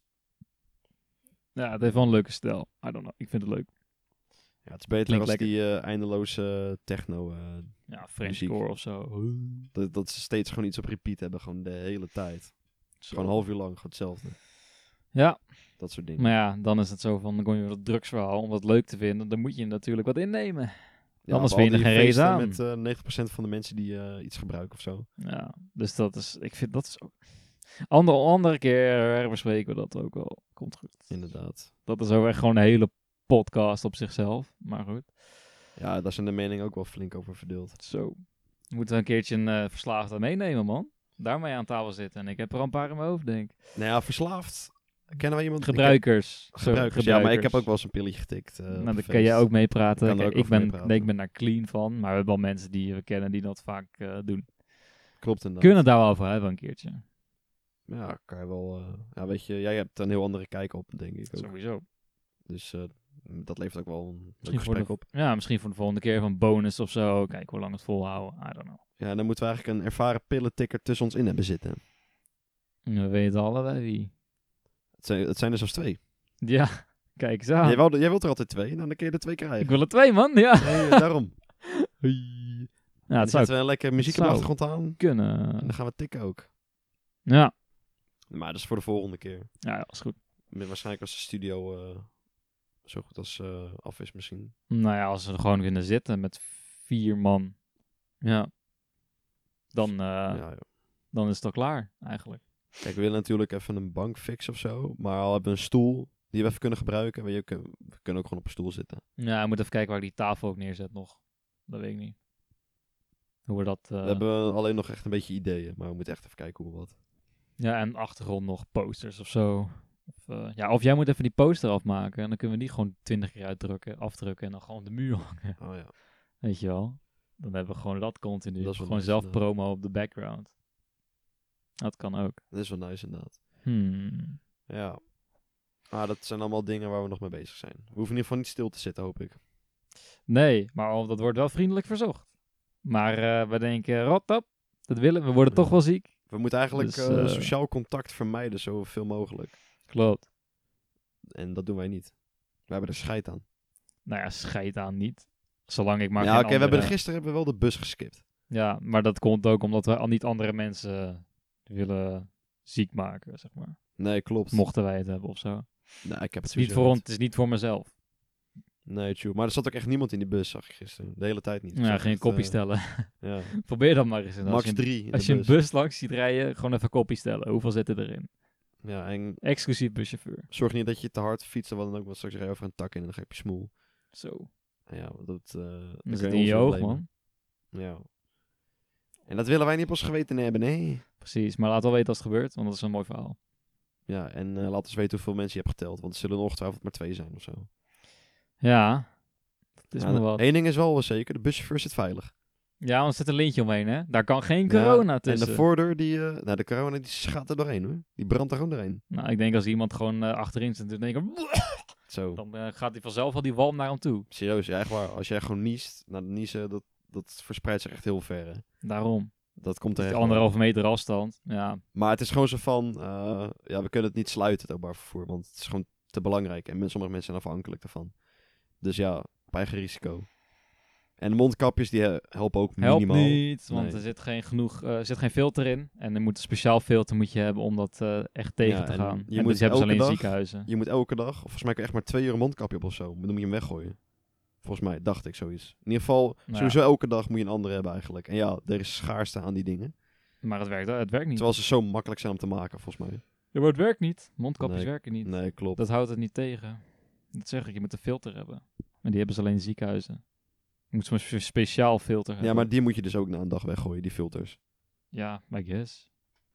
Ja, het heeft wel een leuke stijl. I don't know. Ik vind het leuk. Ja, het is beter Klinkt als lekker. die eindeloze techno. Ja, French Muziek. core of zo. Dat ze steeds gewoon iets op repeat hebben. Gewoon de hele tijd. Zo. Gewoon een half uur lang. Gewoon hetzelfde. Ja, Dat soort dingen. maar ja, dan is het zo van, dan kom je weer dat drugsverhaal. Om dat leuk te vinden, dan moet je natuurlijk wat innemen. Ja, anders maar vind je al er die geen reet feesten aan. met 90% van de mensen die iets gebruiken of zo. Ja, dus dat is, ik vind dat is ook... Andere keer bespreken we dat ook wel. Komt goed. Inderdaad. Dat is ook echt gewoon een hele podcast op zichzelf. Maar goed. Ja, daar zijn de meningen ook wel flink over verdeeld. Zo. We moeten een keertje een verslaafde meenemen, man. Daarmee aan tafel zitten. En ik heb er al een paar in mijn hoofd, denk ik. Nou ja, verslaafd. Kennen wij iemand? Gebruikers. Gebruikers. Ja, maar ik heb ook wel eens een pilletje getikt. Nou, op dan een kan jij feest. ook meepraten. Ik kan er Kijk, ook over meepraten. ik ben daar clean van. Maar we hebben wel mensen die we kennen die dat vaak doen. Klopt inderdaad. Kunnen het daar wel over hebben een keertje. Ja, kan je wel... ja, weet je, jij hebt een heel andere kijk op, denk ik ook. Sowieso. Dus dat levert ook wel een leuk Misschien gesprek op. Ja, misschien voor de volgende keer van bonus of zo. Kijk hoe lang het volhouden. I don't know. Ja, en dan moeten we eigenlijk een ervaren pillentikker tussen ons in hebben zitten. We weten allebei wie. Het zijn er zelfs 2. Ja, kijk eens aan. Jij wilt er altijd 2, nou dan kun je er 2 krijgen. Ik wil er 2, man. Ja. Nee, daarom. Ja, Dan het zou zetten we een lekker muziek op de zou- achtergrond aan. En kunnen. dan gaan we tikken ook. Ja. Maar dat is voor de volgende keer. Ja, dat is goed. Waarschijnlijk als de studio zo goed als af is misschien. Nou ja, als we er gewoon kunnen zitten met 4 man. Ja. Dan, Ja. dan is het al klaar, eigenlijk. Kijk, we willen natuurlijk even een bank fixen of zo. Maar al hebben we een stoel die we even kunnen gebruiken. We kunnen ook gewoon op een stoel zitten. Ja, ik moet even kijken waar ik die tafel ook neerzet nog. Dat weet ik niet. Hoe we dat... We hebben alleen nog echt een beetje ideeën. Maar we moeten echt even kijken hoe wat. Ja, en achtergrond nog posters of zo. Of jij moet even die poster afmaken. En dan kunnen we die gewoon 20 keer afdrukken en dan gewoon op de muur hangen. Oh ja. Weet je wel? Dan hebben we gewoon dat continu. Dat is wel Gewoon nice, zelf inderdaad. promo op de background. Dat kan ook. Dat is wel nice inderdaad. Ja. Dat zijn allemaal dingen waar we nog mee bezig zijn. We hoeven in ieder geval niet stil te zitten, hoop ik. Nee, maar dat wordt wel vriendelijk verzocht. Maar we denken, rot op. Dat willen we. We worden toch wel ziek. We moeten eigenlijk Dus, sociaal contact vermijden, zoveel mogelijk. Klopt. En dat doen wij niet. We hebben er scheid aan. Nou ja, scheid aan niet. Zolang ik maar Ja, geen oké, andere... gisteren hebben we wel de bus geskipt. Ja, maar dat komt ook omdat we al niet andere mensen willen ziek maken, zeg maar. Nee, klopt. Mochten wij het hebben of zo. Nee, ik heb Het het is niet voor ons, het is niet voor mezelf. Nee, true. Maar er zat ook echt niemand in die bus, zag ik gisteren. De hele tijd niet. Ik Ja, zag geen echt, kopie stellen. Ja. Probeer dat maar eens. En Max als je, 3 in als de je een bus. bus langs ziet rijden, gewoon even kopie stellen. Hoeveel zitten erin? Ja, en Exclusief buschauffeur. zorg niet dat je te hard fietst of wat dan ook. Want straks rij je over een tak in en dan ga je op je smoel. Zo. En ja, dat Dan kan zit je in je ons oog, probleem. man. Ja. En dat willen wij niet op ons geweten hebben, nee. Precies, maar laat wel weten als het gebeurt, want dat is een mooi verhaal. Ja, en laat ons weten hoeveel mensen je hebt geteld. Want er zullen er ongetwijfeld maar 2 zijn of zo. Ja, dat is Nou, me wat. Eén ding is wel zeker, de buschauffeur zit veilig. Ja, want er zit een lintje omheen, hè? Daar kan geen corona Ja, tussen. En de voordeur, de corona, die gaat er doorheen, hoor. Die brandt er gewoon doorheen. Nou, ik denk als iemand gewoon achterin zit, dan denk ik... Zo. Dan gaat hij vanzelf al die walm naar hem toe. Serieus, ja, echt waar. Als jij gewoon niest, nou, niezen, dat verspreidt zich echt heel ver, hè. Daarom. Dat komt er Die echt wel. 1,5 meter afstand. Ja, Maar het is gewoon zo van, we kunnen het niet sluiten, het openbaar vervoer. Want het is gewoon te belangrijk. En sommige mensen zijn afhankelijk daarvan. Dus ja, op eigen risico. En de mondkapjes, die helpen ook helpt minimaal. niet, want Nee. er zit geen filter in. En er moet een speciaal filter moet je hebben om dat echt tegen Ja, te en gaan. je En moet dus hebben ze elke alleen in dag- ziekenhuizen. Je moet elke dag, of volgens mij kan je echt maar 2 uur een mondkapje op of zo. Dan moet je hem weggooien. Volgens mij, dacht ik zoiets. In ieder geval, Nou, sowieso elke dag moet je een andere hebben eigenlijk. En ja, er is schaarste aan die dingen. Maar het werkt niet. Terwijl ze zo makkelijk zijn om te maken, volgens mij. Ja, maar het werkt niet. Mondkapjes Nee. werken niet. Nee, klopt. Dat houdt het niet tegen. Dat zeg ik, je moet een filter hebben. En die hebben ze alleen in ziekenhuizen. Je moet zo'n speciaal filter hebben. Ja, maar die moet je dus ook na een dag weggooien, die filters. Ja, I guess.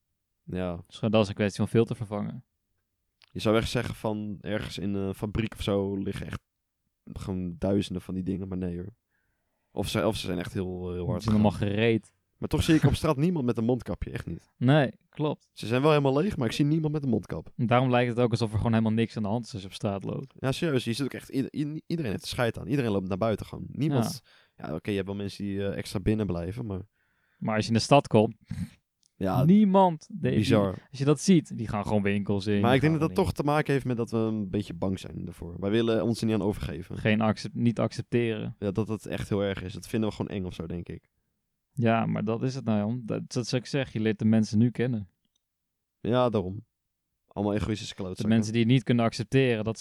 Ja, Dus dat is een kwestie van filter vervangen. je zou echt zeggen van ergens in een fabriek of zo liggen echt gewoon duizenden van die dingen, maar nee hoor. Of ze zijn echt heel Ze hard zijn allemaal gegaan. gereed. Maar toch zie ik op straat niemand met een mondkapje. Echt niet. Nee, klopt. Ze zijn wel helemaal leeg, maar ik zie niemand met een mondkap. En daarom lijkt het ook alsof er gewoon helemaal niks aan de hand is als je op straat loopt. Ja, serieus. Je ziet ook echt... Iedereen heeft de scheid aan. Iedereen loopt naar buiten gewoon. Niemand... Ja, oké, je hebt wel mensen die extra binnen blijven, maar... Maar als je in de stad komt, Ja, niemand. bizar. Als je dat ziet, die gaan gewoon winkels in. Maar die ik denk gaan dat dat gewoon toch te maken heeft met dat we een beetje bang zijn ervoor. Wij willen ons er niet aan overgeven. niet accepteren. Ja, dat het echt heel erg is. Dat vinden we gewoon eng of zo, denk ik. Ja, maar dat is het nou, Jan. Dat is wat ik zeg. Je leert de mensen nu kennen. Ja, daarom. Allemaal egoïstische De klootzakken. mensen die het niet kunnen accepteren, dit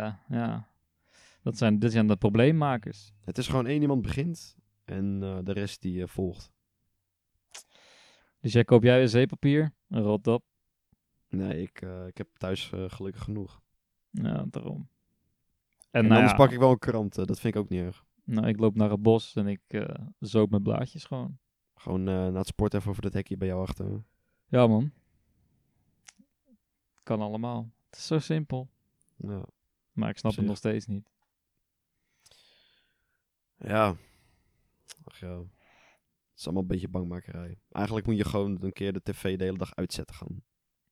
zijn de probleemmakers. Het is gewoon één iemand begint en de rest die volgt. Dus jij koopt jij wc-papier, een rot op. Nee, ik heb thuis gelukkig genoeg. Ja, daarom. En nou anders ja, pak ik wel een krant. Dat vind ik ook niet erg. nou, ik loop naar het bos en ik zoop mijn blaadjes gewoon. Gewoon na het sport even over dat hekje bij jou achter. Ja, man. Kan allemaal. Het is zo simpel. Ja. Maar ik snap Op het zich. nog steeds niet. Ja. Ach ja. Het is allemaal een beetje bangmakerij. Eigenlijk moet je gewoon een keer de tv de hele dag uitzetten gaan.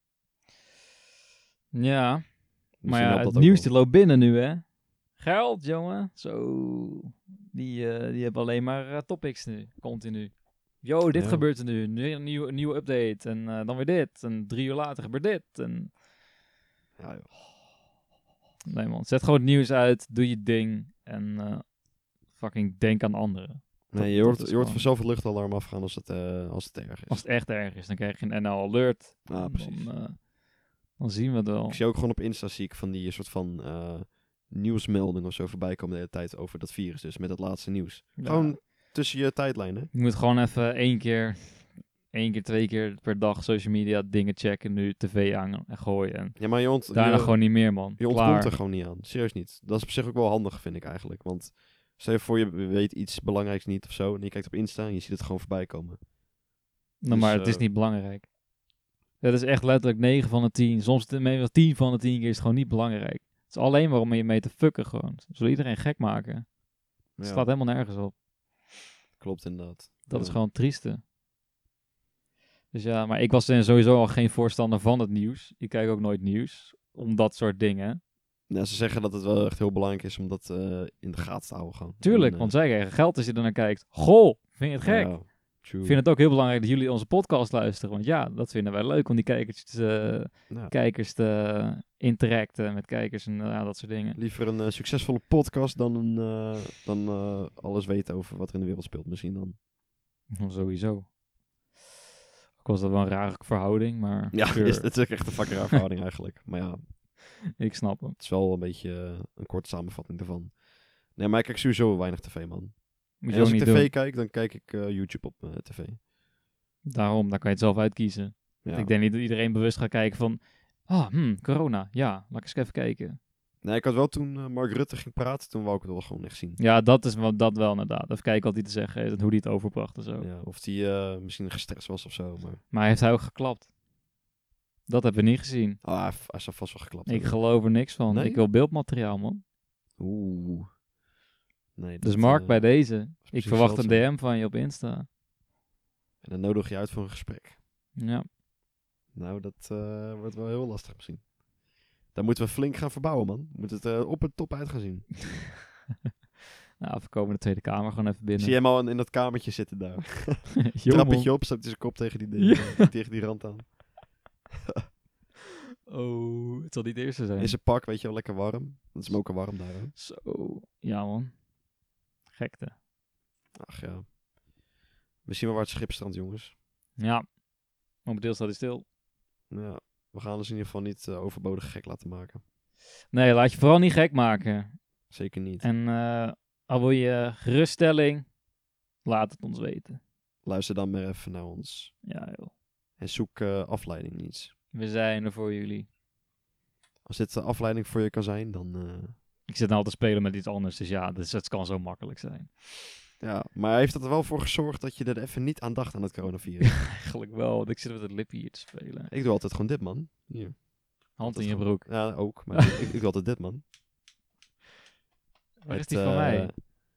Ja, maar Misschien ja, helpt het dat ook nieuws wel. die loopt binnen nu, hè. Geld, jongen. Zo. Die hebben alleen maar topics nu. Continu. Yo, dit Ja. gebeurt er nu. Nu een nieuwe update. En dan weer dit. En 3 uur later gebeurt dit. En... Ja, joh. Nee, man. Zet gewoon het nieuws uit. Doe je ding. En fucking denk aan anderen. Nee, je dat hoort is vanzelf gewoon- het luchtalarm afgaan als het erg is. Als het echt erg is, dan krijg je een NL Alert. Ja, En precies. Dan zien we het wel. Ik zie ook gewoon op Insta zie ik van die soort van nieuwsmeldingen of zo voorbij komen de hele tijd over dat virus. Dus met het laatste nieuws. Ja. Gewoon tussen je tijdlijnen. Je moet gewoon even 2 keer per dag social media dingen checken. Nu tv aan en gooien. En Ja, maar daarna gewoon niet meer, man. je ontkomt Klaar. er gewoon niet aan. Serieus niet. Dat is op zich ook wel handig, vind ik eigenlijk. Want stel je voor je weet iets belangrijks niet of zo. En je kijkt op Insta en je ziet het gewoon voorbij komen. Nou, maar Dus, het is niet belangrijk. Het is echt letterlijk 9 van de 10. Soms 10 van de 10 keer is het gewoon niet belangrijk. Het is alleen maar om je mee te fucken gewoon. Ze zullen iedereen gek maken. Het Ja, slaat helemaal nergens op. klopt inderdaad. Dat Ja. is gewoon het trieste. Dus ja, maar ik was sowieso al geen voorstander van het nieuws. Ik kijk ook nooit nieuws. Om dat soort dingen. Ja, ze zeggen dat het wel echt heel belangrijk is om dat in de gaten te houden gewoon. Tuurlijk, En, want zij krijgen geld als je er naar kijkt. Goh, vind je het gek? ja, true. Ik vind het ook heel belangrijk dat jullie onze podcast luisteren. Want ja, dat vinden wij leuk om die kijkers te interacten met kijkers en dat soort dingen. Liever een succesvolle podcast dan alles weten over wat er in de wereld speelt misschien dan. Sowieso. Ook was dat wel een rare verhouding, maar Ja, sure, het is ook echt een fucking raar verhouding eigenlijk. Maar ja, ik snap hem. het is wel een beetje een korte samenvatting ervan. Nee, maar ik kijk sowieso weinig tv, man. Moet En je als ook ik niet tv doen. kijk, dan kijk ik YouTube op tv. Daarom, daar kan je het zelf uitkiezen. Ja. Ik denk niet dat iedereen bewust gaat kijken van... corona. Ja, laat ik eens even kijken. Nee, ik had wel toen Mark Rutte ging praten, toen wou ik het wel gewoon echt zien. Ja, dat wel inderdaad. Even kijken wat hij te zeggen heeft en hoe hij het overbracht en zo. Ja, of die misschien gestrest was of zo. Maar Maar heeft hij ook geklapt? Dat hebben we niet gezien. hij zou vast wel geklapt Ik hebben. geloof er niks van. Nee? Ik wil beeldmateriaal, man. Oeh. Nee, Dus dat, Mark, bij deze. Ik precies verwacht een zeldzaam. DM van je op Insta. En dan nodig je uit voor een gesprek. Ja. Nou, dat wordt wel heel lastig misschien. Daar moeten we flink gaan verbouwen, man. Moet het op het top uit gaan zien. Nou, we komen de Tweede Kamer gewoon even binnen. Zie je hem al in dat kamertje zitten daar. Yo, Trappetje man. op, stoot hij zijn kop tegen die, tegen die rand aan. Oh, het zal niet de eerste zijn. In zijn pak, weet je wel, lekker warm. Dat is hem ook al warm daar, hè. Zo. Ja, man. Gekte. Ach ja. We zien wel waar het schip strandt, jongens. Ja. Momenteel staat hij stil. Ja, we gaan ons in ieder geval niet overbodig gek laten maken. Nee, laat je vooral niet gek maken. Zeker niet. En al wil je geruststelling, laat het ons weten. Luister dan maar even naar ons. Ja, joh. En zoek afleiding niet. We zijn er voor jullie. Als dit de afleiding voor je kan zijn, dan... Ik zit nou te spelen met iets anders, dus ja, het kan zo makkelijk zijn. ja, maar heeft dat er wel voor gezorgd dat je er even niet aan dacht aan het coronavirus? Eigenlijk wel, want ik zit met het lippie hier te spelen. Ik doe altijd gewoon dit, man. Hier. Hand in Dat je gewoon- broek. Ja, ook. Maar ik doe altijd dit, man. Waar is Het, die van mij?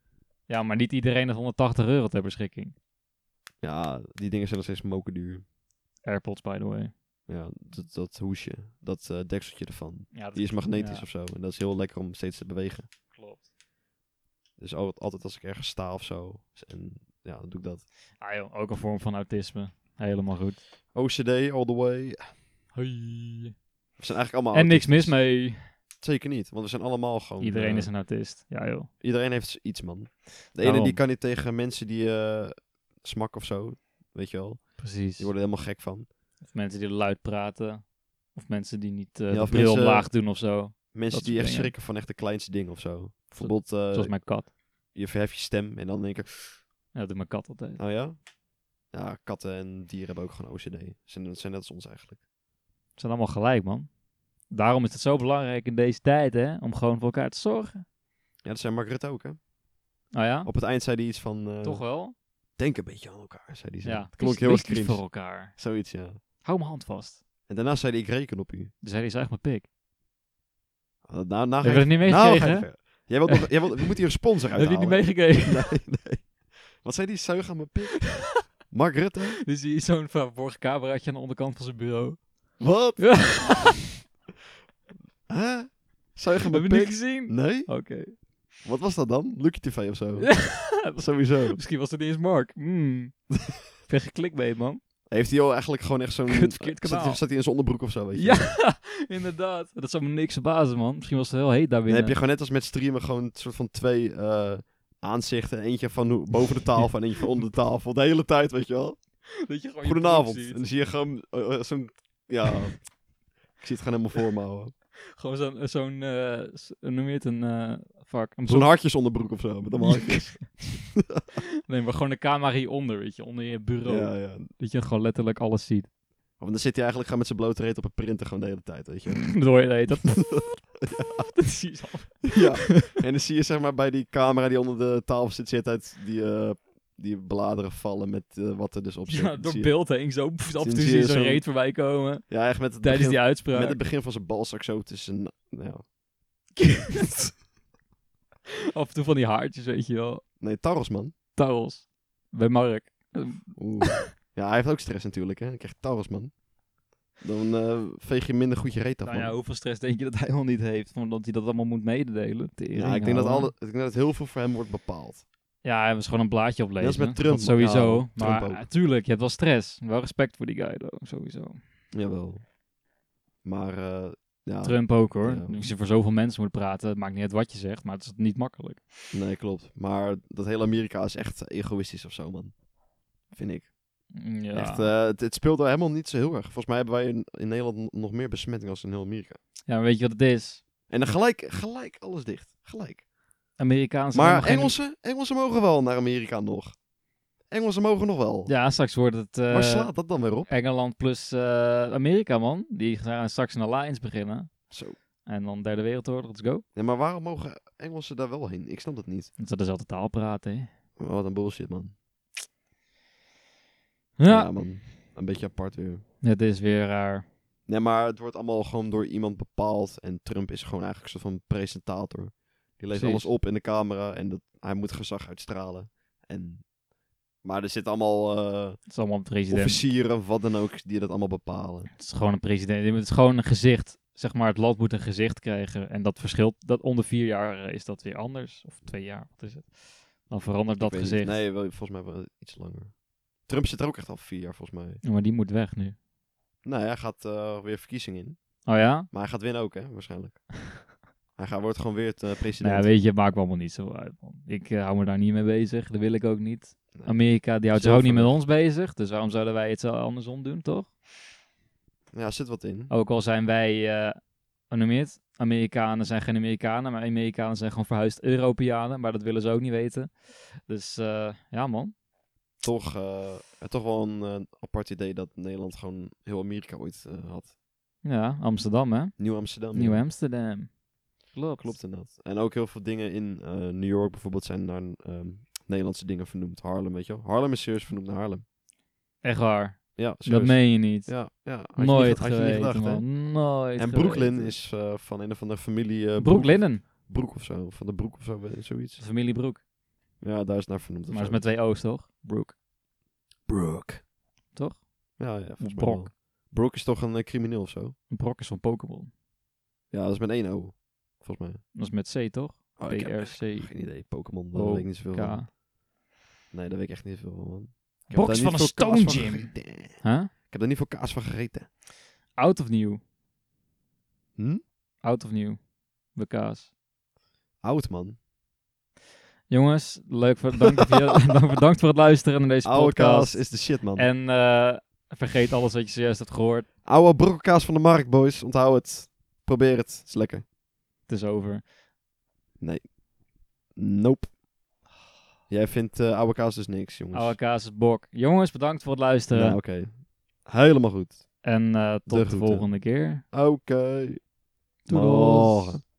Ja, maar niet iedereen heeft €180 ter beschikking. Ja, die dingen zijn nog steeds mokerduur. AirPods, by the way. Ja, dat hoesje, dat dekseltje ervan. Ja, dat Die is magnetisch ja, of zo. En dat is heel lekker om steeds te bewegen. klopt. Dus altijd als ik ergens sta of zo. En ja, dan doe ik dat. Ah joh, ook een vorm van autisme. Helemaal goed. OCD all the way. Hoi. We zijn eigenlijk allemaal En niks mis autistisch. mee. Zeker niet, want we zijn allemaal gewoon... Iedereen is een autist. Ja joh. Iedereen heeft iets, man. De ene Daarom. die kan niet tegen mensen die smak of zo. Weet je wel. Precies. Die worden er helemaal gek van. Of mensen die luid praten. Of mensen die niet de of bril mensen- laag doen of zo. Mensen Dat die soort echt dingen. schrikken van echt de kleinste dingen of zo. Bijvoorbeeld, Zoals mijn kat. je verheft je stem en dan denk ik... Ja, dat doet mijn kat altijd. Oh ja? Ja, katten en dieren hebben ook gewoon OCD. Zijn net als ons eigenlijk. Ze zijn allemaal gelijk, man. Daarom is het zo belangrijk in deze tijd, hè. Om gewoon voor elkaar te zorgen. Ja, dat zei Mark Rutte ook, hè? Oh ja? Op het eind zei hij iets van... Toch wel? Denk een beetje aan elkaar, zei hij zo. Ja. Het klonk heel erg Wees lief cringe. voor elkaar. Zoiets, ja. Hou mijn hand vast. En daarna zei hij, ik reken op u. Dus hij zegt mijn pik. Nou, Heb je het niet meegekregen? We moeten hier een sponsor Heb je uithalen. het niet meegekregen? Nee. Wat zei die? Zuig aan mijn pik? Mark Rutte? Dus zie je zo'n verborgen cameraatje aan de onderkant van zijn bureau. Wat? Ja. Huh? Zuig aan Heb mijn je het niet pik? gezien? Nee? Oké. Wat was dat dan? Lucky TV of zo? Ja. Sowieso. Misschien was het niet eens Mark. Ik ben geklikbeet, man. Heeft hij al eigenlijk gewoon echt zo'n... Kut, verkeerd kanaal. Staat hij in zijn onderbroek of zo, weet je? Ja, inderdaad. Dat zou me niks verbazen, man. Misschien was het heel heet daar Dan binnen. heb je gewoon net als met streamen gewoon een soort van twee aanzichten. Eentje van boven de tafel en eentje van onder de tafel. De hele tijd, weet je wel. Dat je gewoon je Goedenavond. broek ziet. En dan zie je gewoon zo'n... Ja, ik zie het gewoon helemaal voor me houden. Gewoon hoe noem je het, een Zo'n broek. hartjesonderbroek of zo, met allemaal hartjes. Nee, maar gewoon de camera hieronder, weet je, onder je bureau. Ja, ja. Dat je gewoon letterlijk alles ziet. Of dan zit hij eigenlijk gewoon met zijn blote reet op een printer gewoon de hele tijd, weet je. Dat hoor je de hele tijd. Dat zie je zo. Ja. En dan zie je zeg maar bij die camera die onder de tafel zit, zit uit die bladeren vallen met wat er dus op zit. Ja, Dan door zie je- beeld heen zo. Af en toe zie zie je je zo'n zo'n- reet voorbij komen. Ja, echt met het Tijdens die begin, uitspraak. met het begin van zijn balzak zo tussen... Ja. Af en toe van die haartjes, weet je wel. Nee, Taros, man. Tarrels. Bij Mark. Oeh. Ja, hij heeft ook stress natuurlijk, hè. Hij krijgt Taros, man. Dan veeg je minder goed je reet af, Nou man. ja, hoeveel stress denk je dat hij al niet heeft? Omdat hij dat allemaal moet mededelen. Ja, ik denk dat heel veel voor hem wordt bepaald. Ja, hij was gewoon een blaadje oplezen. Net als met Trump, Dat sowieso. ja, Trump maar ook. natuurlijk, je hebt wel stress. Wel respect voor die guy, though. Sowieso. Jawel. Maar, ja. Trump ook, hoor. Ja. Als je voor zoveel mensen moet praten, het maakt niet uit wat je zegt, maar het is niet makkelijk. Nee, klopt. Maar dat hele Amerika is echt egoïstisch of zo, man. Vind ik. Ja. Echt, het speelt er helemaal niet zo heel erg. Volgens mij hebben wij in Nederland nog meer besmetting als in heel Amerika. Ja, maar weet je wat het is? En dan gelijk alles dicht. Gelijk. Amerikaanse... Maar Engelsen mogen wel naar Amerika nog. Engelsen mogen nog wel. Ja, straks wordt het Waar slaat dat dan weer op? Engeland plus Amerika, man. Die gaan straks een alliance beginnen. Zo. En dan derde wereldoorlog, let's go. Ja, maar waarom mogen Engelsen daar wel heen? Ik snap dat niet. Dat ze dezelfde taal praten, hè. Wat een bullshit, man. Ja, Man. Een beetje apart weer. het is weer raar. Nee, maar het wordt allemaal gewoon door iemand bepaald. En Trump is gewoon eigenlijk een soort van presentator. Die leest Precies. alles op in de camera. En hij moet gezag uitstralen. Maar er zitten allemaal Het is allemaal een president. officieren of wat dan ook die dat allemaal bepalen. Het is gewoon een president. Het is gewoon een gezicht. Zeg maar, het land moet een gezicht krijgen. En dat verschilt. Dat onder 4 jaar is dat weer anders. Of 2 jaar, wat is het? Dan verandert dat Ik weet gezicht. niet. Nee, volgens mij wel iets langer. Trump zit er ook echt al 4 jaar volgens mij. Ja, maar die moet weg nu. Nee, hij gaat weer verkiezingen in. Oh ja? Maar hij gaat winnen ook, hè, waarschijnlijk. Wordt gewoon weer het president. Nou ja, weet je, het maakt me allemaal niet zo uit, man. Ik hou me daar niet mee bezig. Dat wil ik ook niet. Nee. Amerika, die houdt zich ook Zoveel. niet met ons bezig. Dus waarom zouden wij het zo andersom doen, toch? Ja, er zit wat in. Ook al zijn wij, hoe noem je het? Amerikanen zijn geen Amerikanen, maar Amerikanen zijn gewoon verhuisd Europeanen. Maar dat willen ze ook niet weten. Dus ja, man. Toch wel een apart idee dat Nederland gewoon heel Amerika ooit had. Ja, Amsterdam, hè? Nieuw Amsterdam. Nieuw ja. Amsterdam. Klopt. Klopt inderdaad. En ook heel veel dingen in New York bijvoorbeeld zijn naar Nederlandse dingen vernoemd. Harlem, weet je wel. Harlem is serieus vernoemd naar Harlem. Echt waar. Ja, Dat serieus. meen je niet. Ja. Had Nooit je niet geweten, gedacht, hè? man. Nooit En geweten. Brooklyn is van een of andere familie... Broek Linnen. Broek of zo. Van de Broek of zo, zoiets. Familie Broek. Ja, daar is het naar vernoemd. Maar het is met 2 O's, toch? Brooke. Brooke. Toch? Ja, volgens mij Brok. wel. Brooke is toch een crimineel of zo? Brok is van Pokémon. Ja, dat is met 1 O. Volgens mij. Dat is met C, toch? Oh, ik heb PRC. geen idee. Pokémon, daar weet ik niet zoveel van. K. Nee, daar weet ik echt niet zoveel van. Ik heb Brok daar is niet van een veel kaas Stone van Gym. gegeten. Huh? Ik heb daar niet veel kaas van gegeten. Oud of nieuw? Hm? Oud of nieuw? De kaas. Oud, man. Jongens, bedankt voor het luisteren naar deze Oude podcast. kaas is de shit, man. En vergeet alles wat je zojuist hebt gehoord. Oude brokkelkaas van de markt, boys. Onthoud het. Probeer het. Het is lekker. Het is over. Nee. Nope. Jij vindt oude kaas dus niks, jongens. Oude kaas is bok. Jongens, bedankt voor het luisteren. Nou, oké. Helemaal goed. En tot de groeten. volgende keer. Oké. Toedels. Morgen.